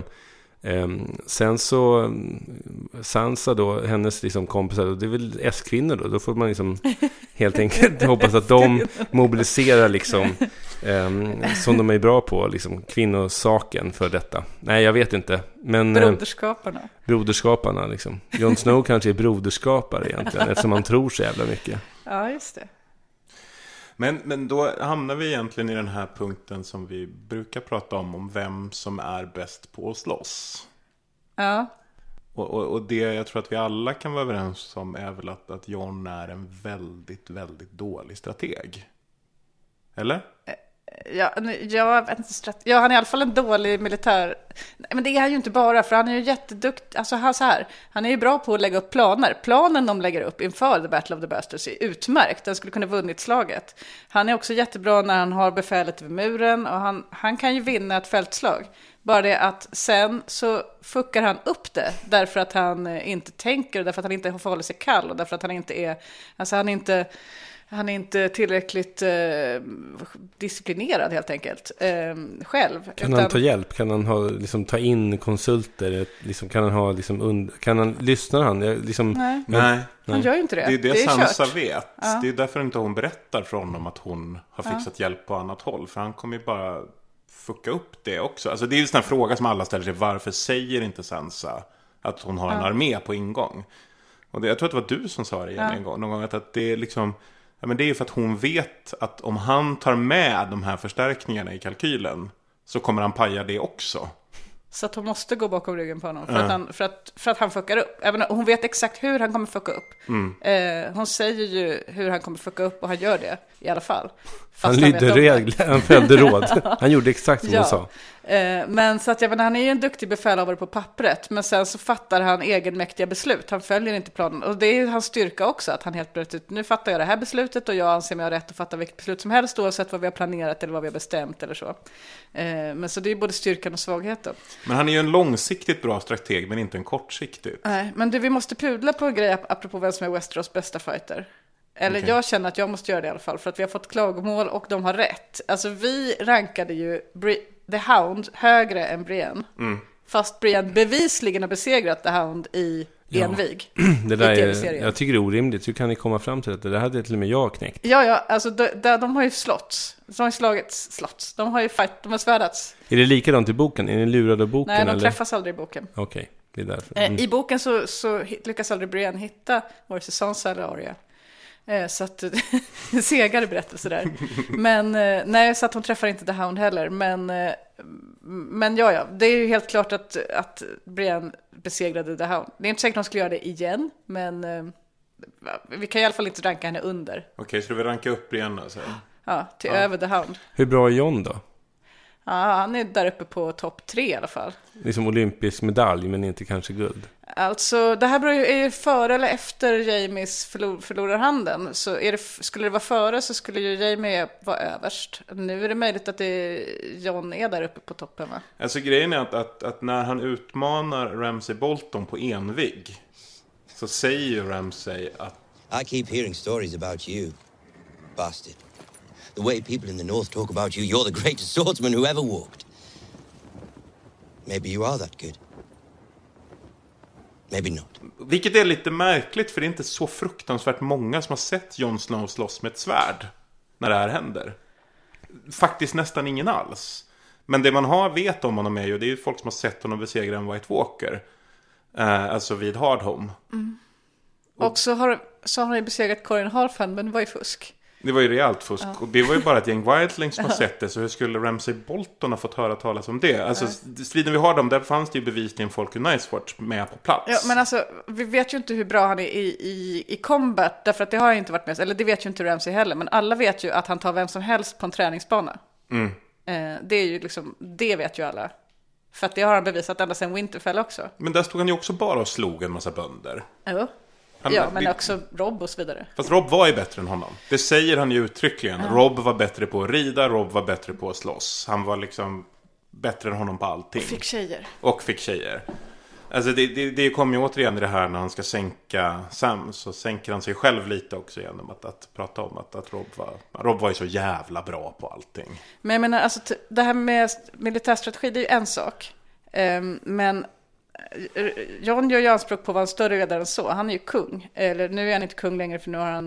Sen så Sansa då, hennes liksom kompisar, det är väl S-kvinnor då får man liksom helt enkelt hoppas att de mobiliserar liksom som de är bra på liksom kvinnosaken för detta. Nej, jag vet inte, men broderskaparna liksom. Jon Snow kanske är broderskapare egentligen eftersom man tror så jävla mycket. Ja, just det. Men då hamnar vi egentligen i den här punkten som vi brukar prata om vem som är bäst på att slåss. Ja. Och det jag tror att vi alla kan vara överens om är väl att Jon är en väldigt, väldigt dålig strateg. Eller? Ja, han är i alla fall en dålig militär. Men det är han ju inte bara, för han är ju jätteduktig. Alltså han är ju bra på att lägga upp planer. Planen de lägger upp inför The Battle of the Bastards är utmärkt. Den skulle kunna vunnit slaget. Han är också jättebra när han har befälet vid muren. Och han kan ju vinna ett fältslag. Bara det att sen så fuckar han upp det. Därför att han inte tänker, därför att han inte förhåller sig kall. Och därför att han inte är, alltså han är inte tillräckligt disciplinerad helt enkelt själv. Kan han ta hjälp? Kan han liksom ta in konsulter? Liksom, kan han ha liksom lyssnar han? Nej. Han gör ju inte det. Det är Sansa vet. Ja. Det är därför inte hon berättar för honom att hon har fixat hjälp på annat håll. För han kommer ju bara fucka upp det också. Alltså det är ju en sån här fråga som alla ställer sig. Varför säger inte Sansa att hon har en armé på ingång? Och jag tror att det var du som sa det någon gång. Att det är liksom... Ja, men det är ju för att hon vet att om han tar med de här förstärkningarna i kalkylen så kommer han paja det också. Så att hon måste gå bakom ryggen på honom för att han fuckar upp. Även hon vet exakt hur han kommer fucka upp. Hon säger ju hur han kommer fucka upp och han gör det i alla fall. Han lydde regler, han följde råd. Han gjorde exakt som hon sa. Men så att jag menar, han är ju en duktig befälhavare på pappret, men sen så fattar han egenmäktiga beslut. Han följer inte planen, och det är ju hans styrka också, att han helt plötsligt, nu fattar jag det här beslutet och jag anser mig ha rätt att fatta vilket beslut som helst, oavsett vad vi har planerat eller vad vi har bestämt eller så. Men så det är både styrkan och svagheten. Men han är ju en långsiktigt bra strateg, men inte en kortsiktigt. Nej, men vi måste pudla på en grej apropå vem som är Westeros bästa fighter. Eller okay. Jag känner att jag måste göra det i alla fall, för att vi har fått klagomål och de har rätt. Alltså vi rankade ju The Hound högre än Brienne. Fast Brienne bevisligen har besegrat The Hound i envig. Det där jag tycker det är orimligt. Hur kan ni komma fram till det? Det hade till och med jag knäckt. Ja, alltså de har ju slåtts. De har ju slått. De har ju fight, de har svärdats. Är det likadant i boken? Är ni lurade av boken? Nej, de träffas aldrig i boken. Okej, det är därför. I boken så lyckas aldrig Brienne hitta vare sig Sansa eller Arya. Så att segare berättelse där. Men nej, så att hon träffar inte The Hound heller. Men ja, det är ju helt klart att Brienne besegrade The Hound. Det är inte säkert att hon skulle göra det igen, men vi kan i alla fall inte ranka henne under. Okej, så du vill ranka upp Brienne alltså? Ja, över The Hound. Hur bra är Jon då? Ja, han är där uppe på topp 3 i alla fall. Liksom olympisk medalj, men inte kanske guld. Alltså, det här är ju före eller efter Jaimes förlorar handen. Så skulle det vara före så skulle ju Jaime vara överst. Nu är det möjligt att Jon är där uppe på toppen, va? Alltså grejen är att när han utmanar Ramsay Bolton på envig, så säger ju Ramsay att I keep hearing stories about you, bastard. The way people in the north talk about you, you're the greatest swordsman who ever walked. Maybe you are that good. Maybe not. Vilket är lite märkligt, för det är inte så fruktansvärt många som har sett Jon Snow slåss med ett svärd när det här händer. Faktiskt nästan ingen alls. Men det man vet om honom är ju, det är ju folk som har sett honom besegra en White Walker. Alltså vid Hardhome. Och så har han ju besegrat Corin Halfhand, men det var ju fusk. Det var ju rejält fusk. Och det var ju bara ett gäng wildlings som har sett det. Så hur skulle Ramsay Bolton ha fått höra talas om det? Alltså striden vi har dem, där fanns det ju bevisligen folk ur Nightwatch med på plats. Ja, men alltså, vi vet ju inte hur bra han är i combat. Därför att det har jag inte varit med. Eller det vet ju inte Ramsay heller. Men alla vet ju att han tar vem som helst på en träningsbana. Det är ju liksom, det vet ju alla. För att det har han bevisat ända sedan Winterfell också. Men där stod han ju också bara och slog en massa bönder. Jo. Men också Robb och så vidare. Fast Robb var ju bättre än honom. Det säger han ju uttryckligen. Robb var bättre på att rida, Robb var bättre på att slåss. Han var liksom bättre än honom på allting. Och fick tjejer. Alltså det kommer ju återigen i det här när han ska sänka Sam, så sänker han sig själv lite också genom att prata om att Robb var ju så jävla bra på allting. Men jag menar, alltså, det här med militärstrategi, det är ju en sak. Men Jon gör ju anspråk på att vara en större ledare än så. Han är ju kung. Eller nu är han inte kung längre, för nu har han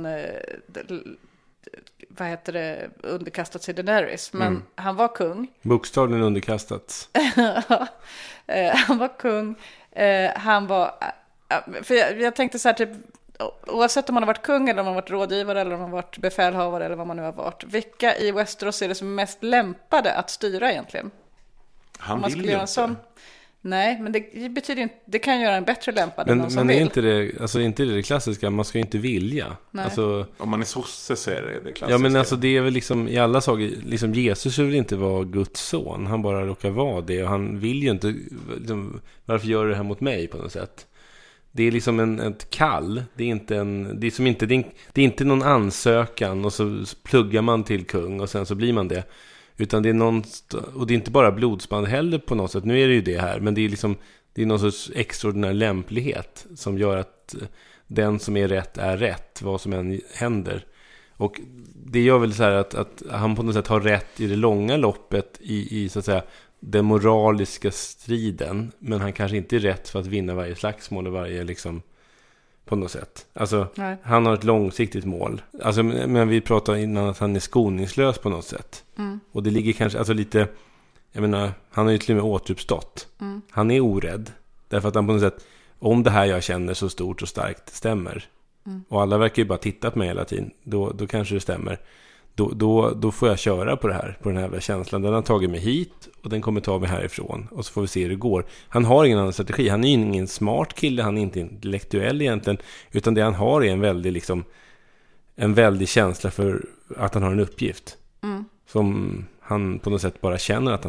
underkastat sig Daenerys. Men han var kung. Bokstavligen underkastats. Han var kung. Han var... För jag tänkte så här, typ, oavsett om man har varit kung eller om man har varit rådgivare eller om man har varit befälhavare eller vad man nu har varit. Vilka i Westeros är det som är mest lämpade att styra egentligen? Han vill ju inte. Nej, men det betyder inte, det kan göra en bättre lämpad än någon som vill. Men inte det klassiska, man ska ju inte vilja. Alltså, om man är sosse så är det klassiska. Ja, men alltså det är väl liksom i alla sagor, liksom Jesus vill inte vara Guds son. Han bara råkar vara det, och han vill ju inte liksom, varför gör du det här mot mig på något sätt? Det är liksom ett kall. Det är inte någon ansökan och så pluggar man till kung och sen så blir man det. Utan det är och det är inte bara blodsband heller på något sätt. Nu är det ju det här, men det är liksom, det är någon sorts extraordinär lämplighet som gör att den som är rätt, vad som än händer. Och det gör väl så här att han på något sätt har rätt i det långa loppet i så att säga den moraliska striden, men han kanske inte är rätt för att vinna varje slagsmål och varje liksom på något sätt. Alltså, han har ett långsiktigt mål. Alltså, men vi pratade innan att han är skoningslös på något sätt. Och det ligger kanske, alltså lite, jag menar, han har ju till och med återuppstått. Han är orädd. Därför att han på något sätt, om det här jag känner så stort och starkt stämmer. Och alla verkar ju bara titta på mig hela tiden. Då kanske det stämmer. Då får jag köra på det här, på den här jävla känslan. Den har tagit mig hit och den kommer ta mig härifrån. Och så får vi se hur det går. Han har ingen annan strategi. Han är ingen smart kille. Han är inte intellektuell egentligen. Utan det han har är en väldig känsla för att han har en uppgift. Som han på något sätt bara känner att han har.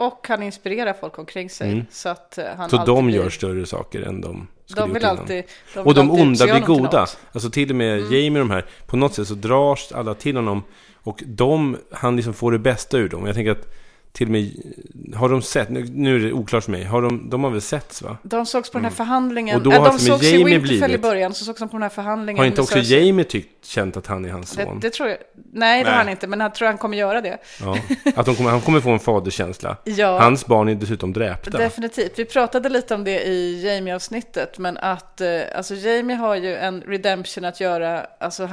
Och han inspirerar folk omkring sig. Så att han så de blir... gör större saker än de skulle de vill gjort alltid, innan. Och de onda blir goda. goda. Alltså till och med Jamie de här. På något sätt så dras alla till honom. Och han liksom får det bästa ur dem. Jag tänker att till och med, har de sett, nu är det oklart för mig, de har väl setts va? De sågs på den här förhandlingen. Och då har de sågs i Winterfell blivit... i början, så sågs de på den här förhandlingen. Har inte också Jamie känt att han är hans son? Det tror jag. Nej, det har han inte, men jag tror han kommer göra det. Ja, att han kommer få en faderkänsla. Ja, hans barn är dessutom dräpta. Definitivt. Vi pratade lite om det i Jamie-avsnittet, men att alltså Jamie har ju en redemption att göra. Alltså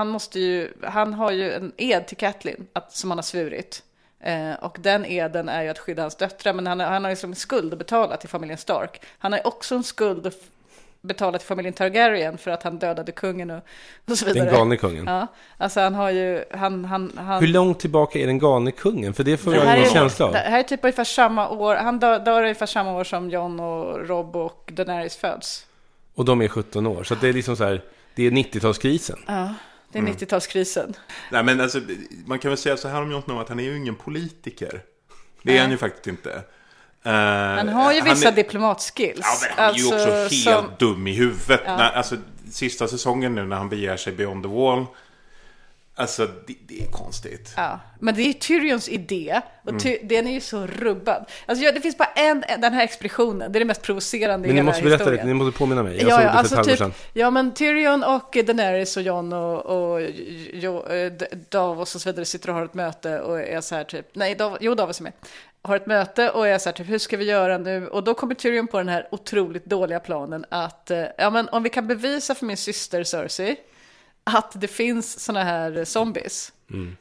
han har ju en ed till Catelyn som han har svurit. Och den eden är ju att skydda hans döttrar. Men han har liksom en skuld att betala till familjen Stark. Han har också en skuld att betala till familjen Targaryen för att han dödade kungen och så vidare. Den galne kungen. Ja, alltså han har ju Hur långt tillbaka är den galne kungen? För det får jag ingen känsla av. Det här är typ ungefär samma år. Han dör ungefär samma år som Jon och Robb och Daenerys föds. Och de är 17 år. Så det är liksom så här, det är 90-talskrisen. Ja. Det är 90-talskrisen. Nej, men alltså, man kan väl säga så här om Jon Snow att han är ju ingen politiker. Det är han ju faktiskt inte. Han har ju vissa diplomatskills. Ja, men han är ju också helt dum i huvudet. Ja. Alltså, sista säsongen nu när han begär sig Beyond the Wall. Alltså, det är konstigt. Ja, men det är Tyrions idé. Och den är ju så rubbad. Alltså, det finns bara den här expeditionen. Det är det mest provocerande i hela historien. Men ni måste berätta det, ni måste påminna mig. Jag såg det för ett halvår sedan. Ja, men Tyrion och Daenerys och Jon och Davos och så vidare sitter och har ett möte och är så här typ... Nej, Davos är med. Har ett möte och är så här typ, hur ska vi göra nu? Och då kommer Tyrion på den här otroligt dåliga planen att men om vi kan bevisa för min syster Cersei att det finns såna här zombies,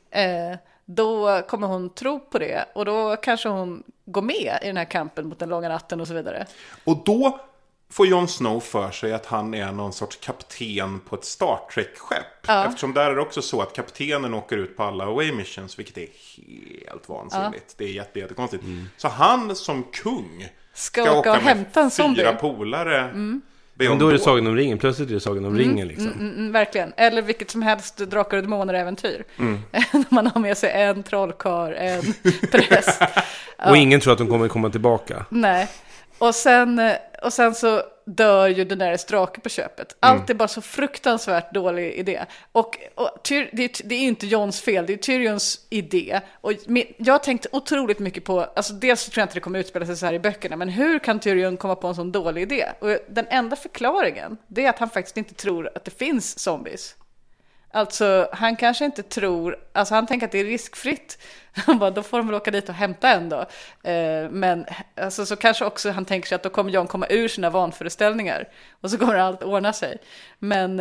då kommer hon tro på det. Och då kanske hon går med i den här kampen mot den långa natten och så vidare. Och då får Jon Snow för sig att han är någon sorts kapten på ett Star Trek-skepp. Ja. Eftersom där är det också så att kaptenen åker ut på alla away missions, vilket är helt vansinnigt. Ja. Det är jättekonstigt. Så han som kung ska åka och hämta en zombie. 4 polare. Men då är det Sagan om ringen. Plötsligt är det Sagan om ringen liksom. Verkligen. Eller vilket som helst Drakar och Demoner-äventyr. Man har med sig en trollkarl, en präst. Och ingen tror att de kommer komma tillbaka. Nej. Och sen så dör ju den där drake på köpet. Allt är bara så fruktansvärt dålig idé. Och det är inte Jons fel, det är Tyrions idé. Och jag tänkte otroligt mycket på, alltså dels så tror jag inte det kommer utspela sig så här i böckerna, men hur kan Tyrion komma på en sån dålig idé? Och den enda förklaringen, det är att han faktiskt inte tror att det finns zombies. Alltså, han kanske inte tror... Alltså, han tänker att det är riskfritt. Han bara, då får de väl åka dit och hämta en då. Men alltså, så kanske också han tänker sig att då kommer Jon komma ur sina vanföreställningar. Och så kommer allt ordna sig. Men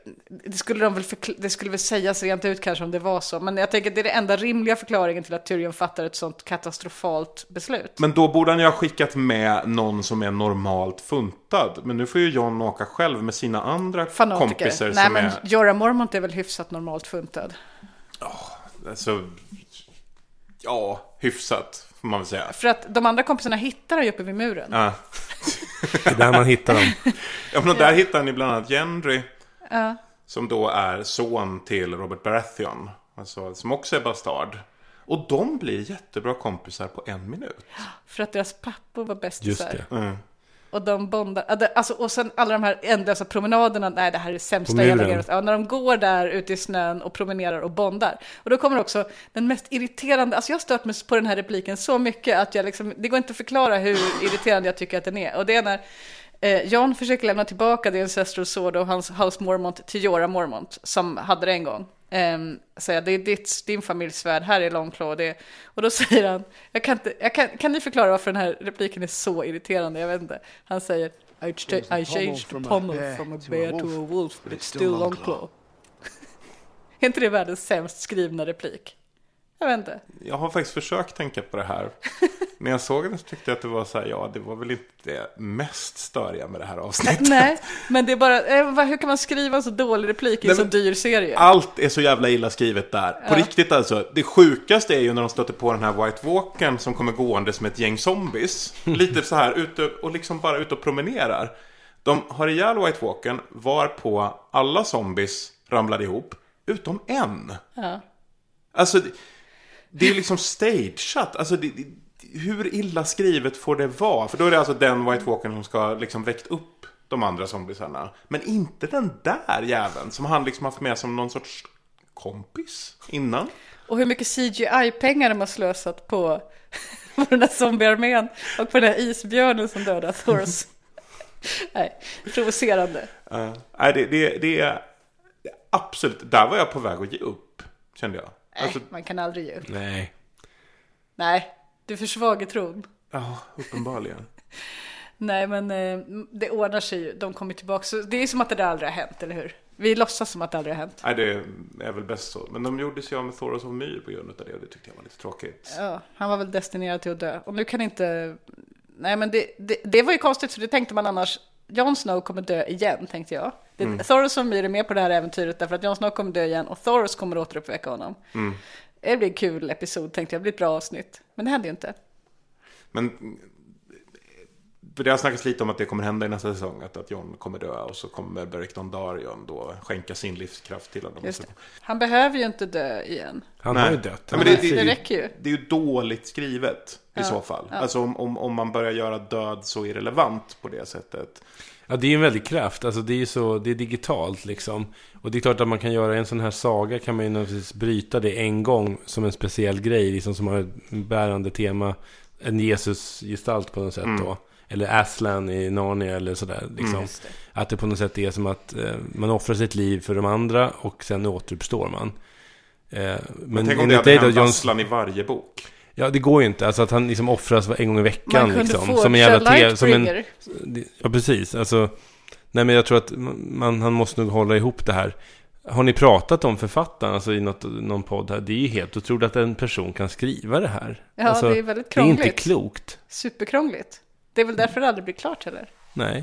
det skulle väl sägas rent ut kanske om det var så. Men jag tänker att det är det enda rimliga förklaringen till att Tyrion fattar ett sånt katastrofalt beslut. Men då borde han ju ha skickat med någon som är normalt funtad. Men nu får ju Jon åka själv med sina andra kompisar. Nej, men Jorah Mormont är väl hyfsat normalt funtad. Alltså, ja, hyfsat får man väl säga. För att de andra kompisarna hittar ju uppe vid muren. Ja. Det är där man hittar dem. Ja, men där hittar ni bland annat Gendry. Som då är son till Robert Baratheon. Alltså, som också är bastard. Och de blir jättebra kompisar på 1 minut. För att deras pappor var bästisar. Just det. Och de bondar, alltså, och sen alla de här ändlösa promenaderna, nej det här är det sämsta jag lägger. När de går där ute i snön och promenerar och bondar. Och då kommer också den mest irriterande, alltså jag har stört mig på den här repliken så mycket att jag liksom, det går inte att förklara hur irriterande jag tycker att den är. Och det är när Jon försöker lämna tillbaka The Ancestral Sword och hans House Mormont till Jorah Mormont som hade det en gång. Säga, det är din familjs värld, här är Longclaw. Och då säger han, kan ni förklara varför den här repliken är så irriterande? Jag vet inte. Han säger, I changed the pommel from a bear to a wolf, but it's still Longclaw. Är inte det världens sämst skrivna replik? Jag vet inte. Jag har faktiskt försökt tänka på det här. När jag såg det så tyckte jag att det var så här, ja, det var väl inte det mest störiga med det här avsnittet. Nej, men det är bara, hur kan man skriva en så dålig replik i en så dyr serie? Allt är så jävla illa skrivet där. På riktigt alltså. Det sjukaste är ju när de stöter på den här White Walkern som kommer gående som ett gäng zombies. Lite så här ute och liksom bara ute och promenerar. De har ihjäl White Walkern varpå alla zombies ramlade ihop. Utom en. Ja. Alltså, det är liksom stageat. Alltså, hur illa skrivet får det vara? För då är det alltså den White Walkern som ska liksom väckt upp de andra zombiesarna. Men inte den där jäveln som han liksom haft med som någon sorts kompis innan. Och hur mycket CGI-pengar de har slösat på den där zombiearmén och på den där isbjörnen som dödar Thoros. Nej, provocerande. Nej, det är absolut, där var jag på väg att ge upp, kände jag. Nej, man kan aldrig ge upp. Nej, du försvagar tron. Ja, uppenbarligen. Nej, men det ordnar sig ju. De kommer tillbaka. Så det är som att det där aldrig har hänt, eller hur? Vi låtsas som att det aldrig har hänt. Nej, det är väl bäst så. Men de gjorde sig av med Thoros och Myr på grund av det. Och det tyckte jag var lite tråkigt. Ja, han var väl destinerad till att dö. Och nu kan inte... Nej, men det var ju konstigt. För det tänkte man annars... Jon Snow kommer dö igen, tänkte jag. Thoros och Myr är med på det här äventyret. Därför att Jon Snow kommer dö igen. Och Thoros kommer återuppväcka honom. Det blir en kul episod, tänkte jag. Det blir ett bra avsnitt. Men det hände ju inte. Men... För det har snackats lite om att det kommer hända i nästa säsong. Att Jon kommer dö och så kommer Beric Dondarrion då skänka sin livskraft till honom. Han behöver ju inte dö igen. Han har ju dött. Ja, men det räcker ju. Det är ju dåligt skrivet i så fall. Ja. Alltså om man börjar göra död så irrelevant på det sättet. Ja, det är ju en väldig kraft. Alltså det är digitalt liksom. Och det är klart att man kan göra en sån här saga, kan man ju naturligtvis bryta det en gång som en speciell grej liksom, som har ett bärande tema, en Jesus-gestalt på något sätt då. Eller Aslan i Narnia eller sådär liksom. Att det på något sätt är som att man offrar sitt liv för de andra och sen återuppstår man. Men tänk om det hade hänt Aslan i varje bok. Ja, det går ju inte. Alltså att han liksom offras en gång i veckan liksom, som en jävla ja, precis. Alltså, nej, men jag tror att han måste nog hålla ihop det här. Har ni pratat om författaren alltså i någon podd här? Det är ju helt otroligt att en person kan skriva det här. Ja, alltså, det är väldigt krångligt. Det är inte klokt. Superkrångligt. Det är väl därför det aldrig blir klart, eller? Nej.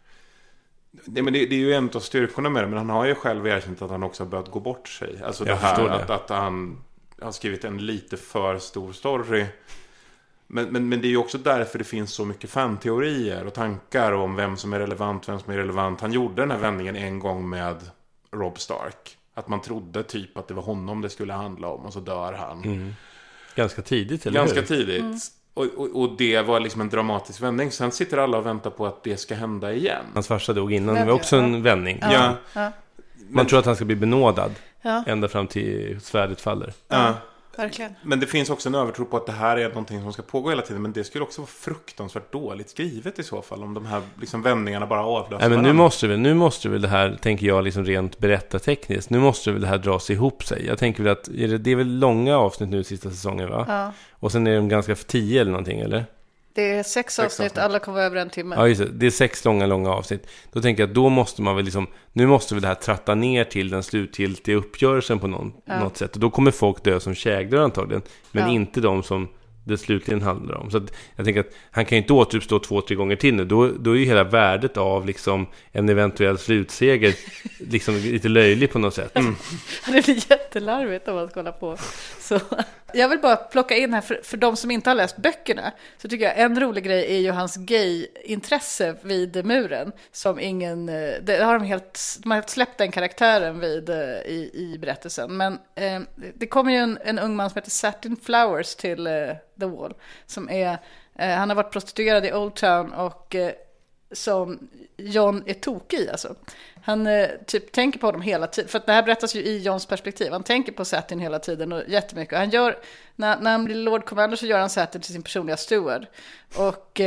Men det är ju en av styrkorna med det. Men han har ju själv erkänt att han också har börjat gå bort sig. Alltså det här att han har skrivit en lite för stor story. Men det är ju också därför det finns så mycket fanteorier och tankar om vem som är relevant. Han gjorde den här vändningen en gång med Robb Stark. Att man trodde typ att det var honom det skulle handla om och så dör han. Ganska tidigt, eller hur? Tidigt. Och det var liksom en dramatisk vändning. Sen sitter alla och väntar på att det ska hända igen. Hans farsa dog innan. Det var också en vändning. Ja. Man tror att han ska bli benådad ända fram till svärdet faller. Ja. Verkligen. Men det finns också en övertro på att det här är någonting som ska pågå hela tiden. Men det skulle också vara fruktansvärt dåligt skrivet i så fall. Om de här liksom vändningarna bara avlöser. Nej, men nu måste väl det här, tänker jag, liksom rent berättartekniskt. Nu måste väl det här dras ihop sig. Jag tänker väl att det är väl långa avsnitt nu sista säsongen, va? Ja. Och sen är de ganska 10 eller någonting, eller? Det är 6 avsnitt, alla kommer över en timme. Ja, just det. Det är 6 långa avsnitt. Då tänker jag att då måste man väl liksom, nu måste väl det här tratta ner till den slutgiltiga uppgörelsen på något sätt. Och då kommer folk dö som käglar antagligen, men inte de som det slutligen handlar om. Så att jag tänker att han kan ju inte återuppstå 2-3 gånger till nu. Då är ju hela värdet av liksom en eventuell slutseger liksom lite löjlig på något sätt. Det blir jättelarvigt om man ska hålla på. Så. Jag vill bara plocka in här för de som inte har läst böckerna, så tycker jag en rolig grej är ju hans gay-intresse vid muren, som ingen, de har helt släppt den karaktären vid i berättelsen. Men det kommer ju en ung man som heter Satin Flowers till The Wall, som är, han har varit prostituerad i Old Town och som Jon är tokig i, alltså. Han typ tänker på dem hela tiden, för att det här berättas ju i Jons perspektiv. Han tänker på Satin hela tiden och jättemycket. Och han gör, när han blir Lord Commander så gör han Satin till sin personliga steward. Och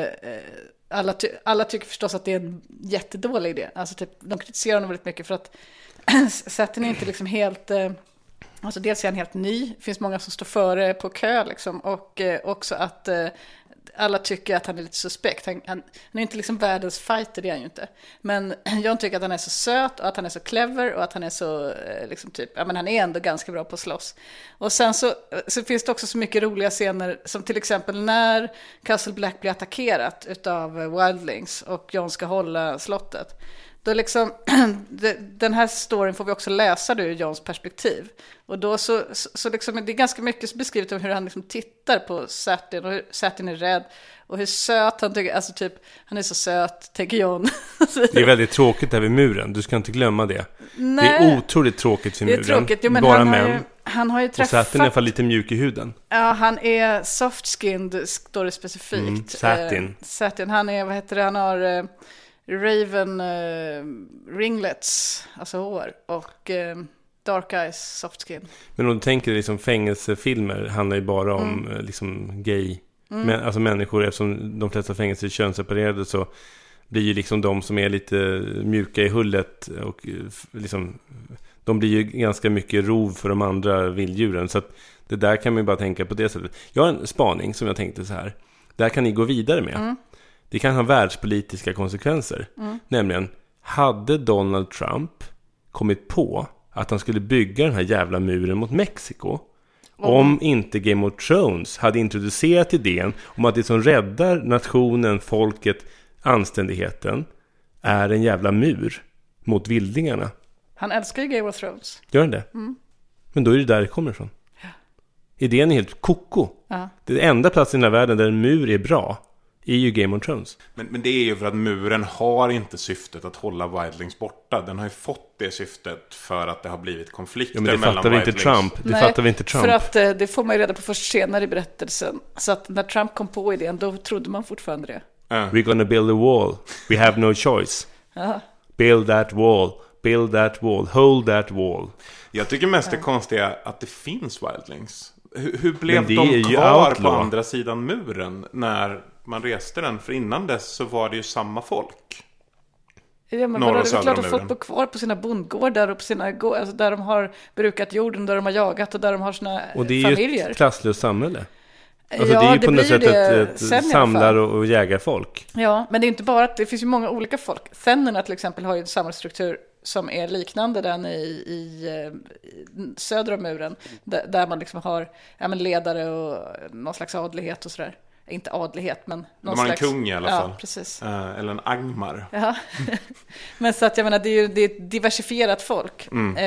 alla tycker förstås att det är en jättedålig idé. Alltså typ, de kritiserar honom väldigt mycket för att Satin är inte liksom helt... Alltså dels är han helt ny. Det finns många som står före på kö liksom. Och också att... alla tycker att han är lite suspekt. Han är inte liksom världens fighter, det är han ju inte. Men jag tycker att han är så söt och att han är så clever och att han är så liksom typ, ja men han är ändå ganska bra på att slåss. Och sen så finns det också så mycket roliga scener, som till exempel när Castle Black blir attackerat utav wildlings och Jon ska hålla slottet. Då liksom, den här storyn får vi också läsa ur Jons perspektiv. Och då så liksom, det är ganska mycket beskrivet om hur han liksom tittar på Satin och hur Satin är rädd. Och hur söt han tycker, alltså typ, han är så söt, tänker Jon. Det är väldigt tråkigt där vid muren, du ska inte glömma det. Nej, det är otroligt tråkigt vid muren. Det är tråkigt, jo, men bara han män. Han har ju träffat... Och Satin är i alla fall lite mjuk i huden. Ja, han är soft-skinned, står det specifikt. Satin. Han är, vad heter det, han har raven ringlets, alltså hår, och dark eyes, soft skin. Men om du tänker liksom fängelsefilmer handlar ju bara om liksom gay, alltså människor, eftersom de flesta fängelser är könsseparerade, så blir ju liksom de som är lite mjuka i hullet och liksom, de blir ju ganska mycket rov för de andra vilddjuren, så att det där kan man ju bara tänka på det sättet. Jag har en spaning som jag tänkte så här, där kan ni gå vidare med. Det kan ha världspolitiska konsekvenser. Nämligen, hade Donald Trump kommit på att han skulle bygga den här jävla muren mot Mexiko om inte Game of Thrones hade introducerat idén om att det som räddar nationen, folket, anständigheten är en jävla mur mot vildingarna. Han älskar ju Game of Thrones. Gör han det? Men då är det där det kommer ifrån. Idén är helt koko. Det är den enda platsen i den här världen där en mur är bra är ju Game of Thrones. Men det är ju för att muren har inte syftet att hålla wildlings borta. Den har ju fått det syftet för att det har blivit konflikter mellan wildlings. Men det fattar vi inte Trump. För att det får man ju reda på först senare i berättelsen. Så att när Trump kom på idén, då trodde man fortfarande det. We're gonna build a wall. We have no choice. Build that wall. Build that wall. Hold that wall. Jag tycker mest det konstiga är att det finns wildlings. Hur blev de kvar på andra sidan muren när man reste den? För innan dess så var det ju samma folk. Ja, men det är klart att folk bor kvar på sina bondgårdar och på sina alltså där de har brukat jorden, där de har jagat och där de har sina familjer. Och det är ju ett klasslöst samhälle. Alltså det är ju på något sätt ett samlar- och jägarfolk. Ja, men det är inte bara att det finns ju många olika folk. Fennerna till exempel har ju en samhällsstruktur som är liknande den i södra muren. Där man liksom har ledare och någon slags adlighet och sådär. Inte adlighet, men någon slags... en kung i alla fall. Ja, precis. Eller en Angmar. Ja. Men så att jag menar, det är ett diversifierat folk.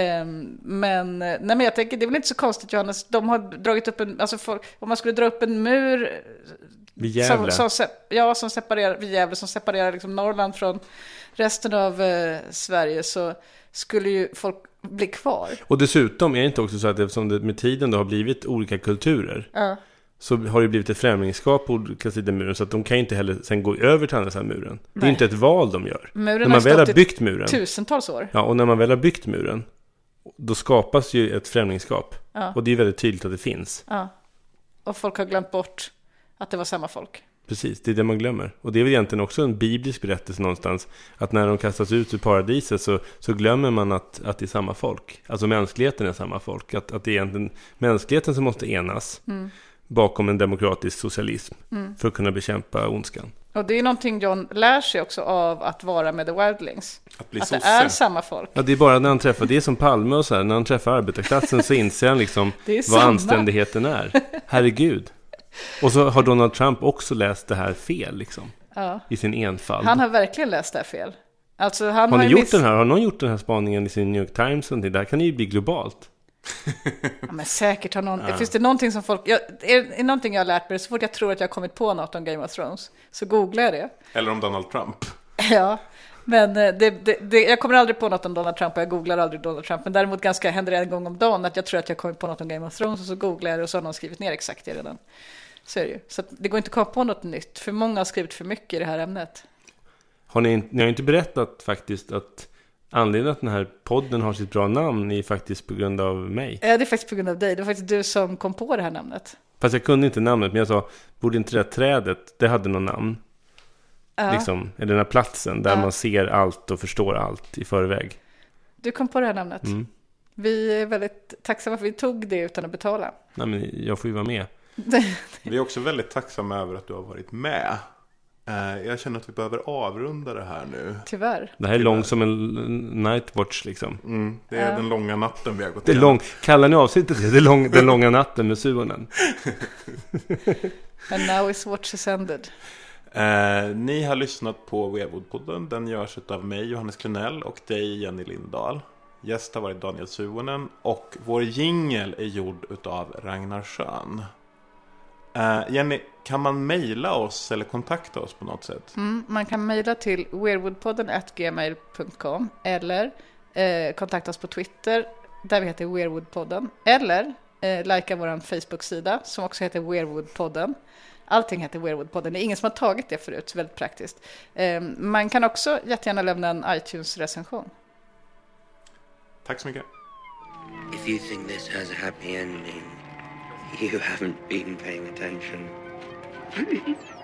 Men jag tänker, det är väl inte så konstigt, Johannes. De har dragit upp om man skulle dra upp en mur vid Gävle. Som separerar vid Gävle, som separerar liksom Norrland från resten av Sverige, så skulle ju folk bli kvar. Och dessutom är det inte också så att eftersom det med tiden då har blivit olika kulturer, så har det blivit ett främlingskap på olika sidor muren, så att de kan inte heller sen gå över till andra sidan muren. Nej. Det är inte ett val de gör. Muren när man väl har byggt muren, tusentals år. Ja, och när man väl har byggt muren, då skapas ju ett främlingskap. Och det är väldigt tydligt att det finns. Ja. Och folk har glömt bort att det var samma folk. Precis, det är det man glömmer. Och det är väl egentligen också en biblisk berättelse någonstans, att när de kastas ut ur paradiset så glömmer man att det är samma folk. Alltså mänskligheten är samma folk. Att det är egentligen mänskligheten som måste enas bakom en demokratisk socialism för att kunna bekämpa ondskan. Och det är någonting John lär sig också av att vara med The Wildlings. Att det är samma folk. Ja, det är bara när han träffar, det är som Palme och så här, när han träffar arbetarklassen så inser han liksom vad anständigheten är. Herregud. Och så har Donald Trump också läst det här fel liksom. I sin enfald. Han har verkligen läst det här fel. Alltså, har någon gjort den här spaningen i sin New York Times? Och det där kan ju bli globalt. Ja, men säkert har någon... Finns det någonting som folk... är någonting jag har lärt mig, så fort jag tror att jag har kommit på något om Game of Thrones, så googlar jag det. Eller om Donald Trump. Ja, men jag kommer aldrig på något om Donald Trump, och jag googlar aldrig Donald Trump. Men däremot händer det en gång om dagen att jag tror att jag har kommit på något om Game of Thrones, och så googlar jag det, och så har någon skrivit ner exakt det redan. Så är det ju. Så det går inte att komma på något nytt, för många har skrivit för mycket i det här ämnet. Ni har inte berättat faktiskt att anledningen att den här podden har sitt bra namn är faktiskt på grund av mig. Ja, det är faktiskt på grund av dig. Det var faktiskt du som kom på det här namnet. Fast jag kunde inte namnet, men jag sa, borde inte det här trädet, det hade någon namn? Liksom, eller den här platsen där man ser allt och förstår allt i förväg. Du kom på det här namnet. Vi är väldigt tacksamma för att vi tog det utan att betala. Nej, men jag får ju vara med. Vi är också väldigt tacksamma över att du har varit med. Jag känner att vi behöver avrunda det här nu. Tyvärr. Det här är långt som en nightwatch liksom. Det är den långa natten vi har gått igenom. Kallar ni avsnittet det? Den långa natten med Suonen. And now his watch is ended. Ni har lyssnat på Weirwood-podden. Den görs av mig, Johannes Klenell, och dig, Jenny Lindahl. Gäst har varit Daniel Suonen, och vår jingle är gjord utav Ragnar Schön. Jenny, kan man mejla oss eller kontakta oss på något sätt? Man kan mejla till weirwoodpodden@gmail.com eller kontakta oss på Twitter där vi heter Weirwood-podden. Eller likea vår Facebook-sida som också heter Weirwood-podden. Allting heter Weirwood-podden. Det är ingen som har tagit det förut, väldigt praktiskt. Man kan också jättegärna lämna en iTunes-recension. Tack så mycket. If you think this has a happy ending, you haven't been paying attention.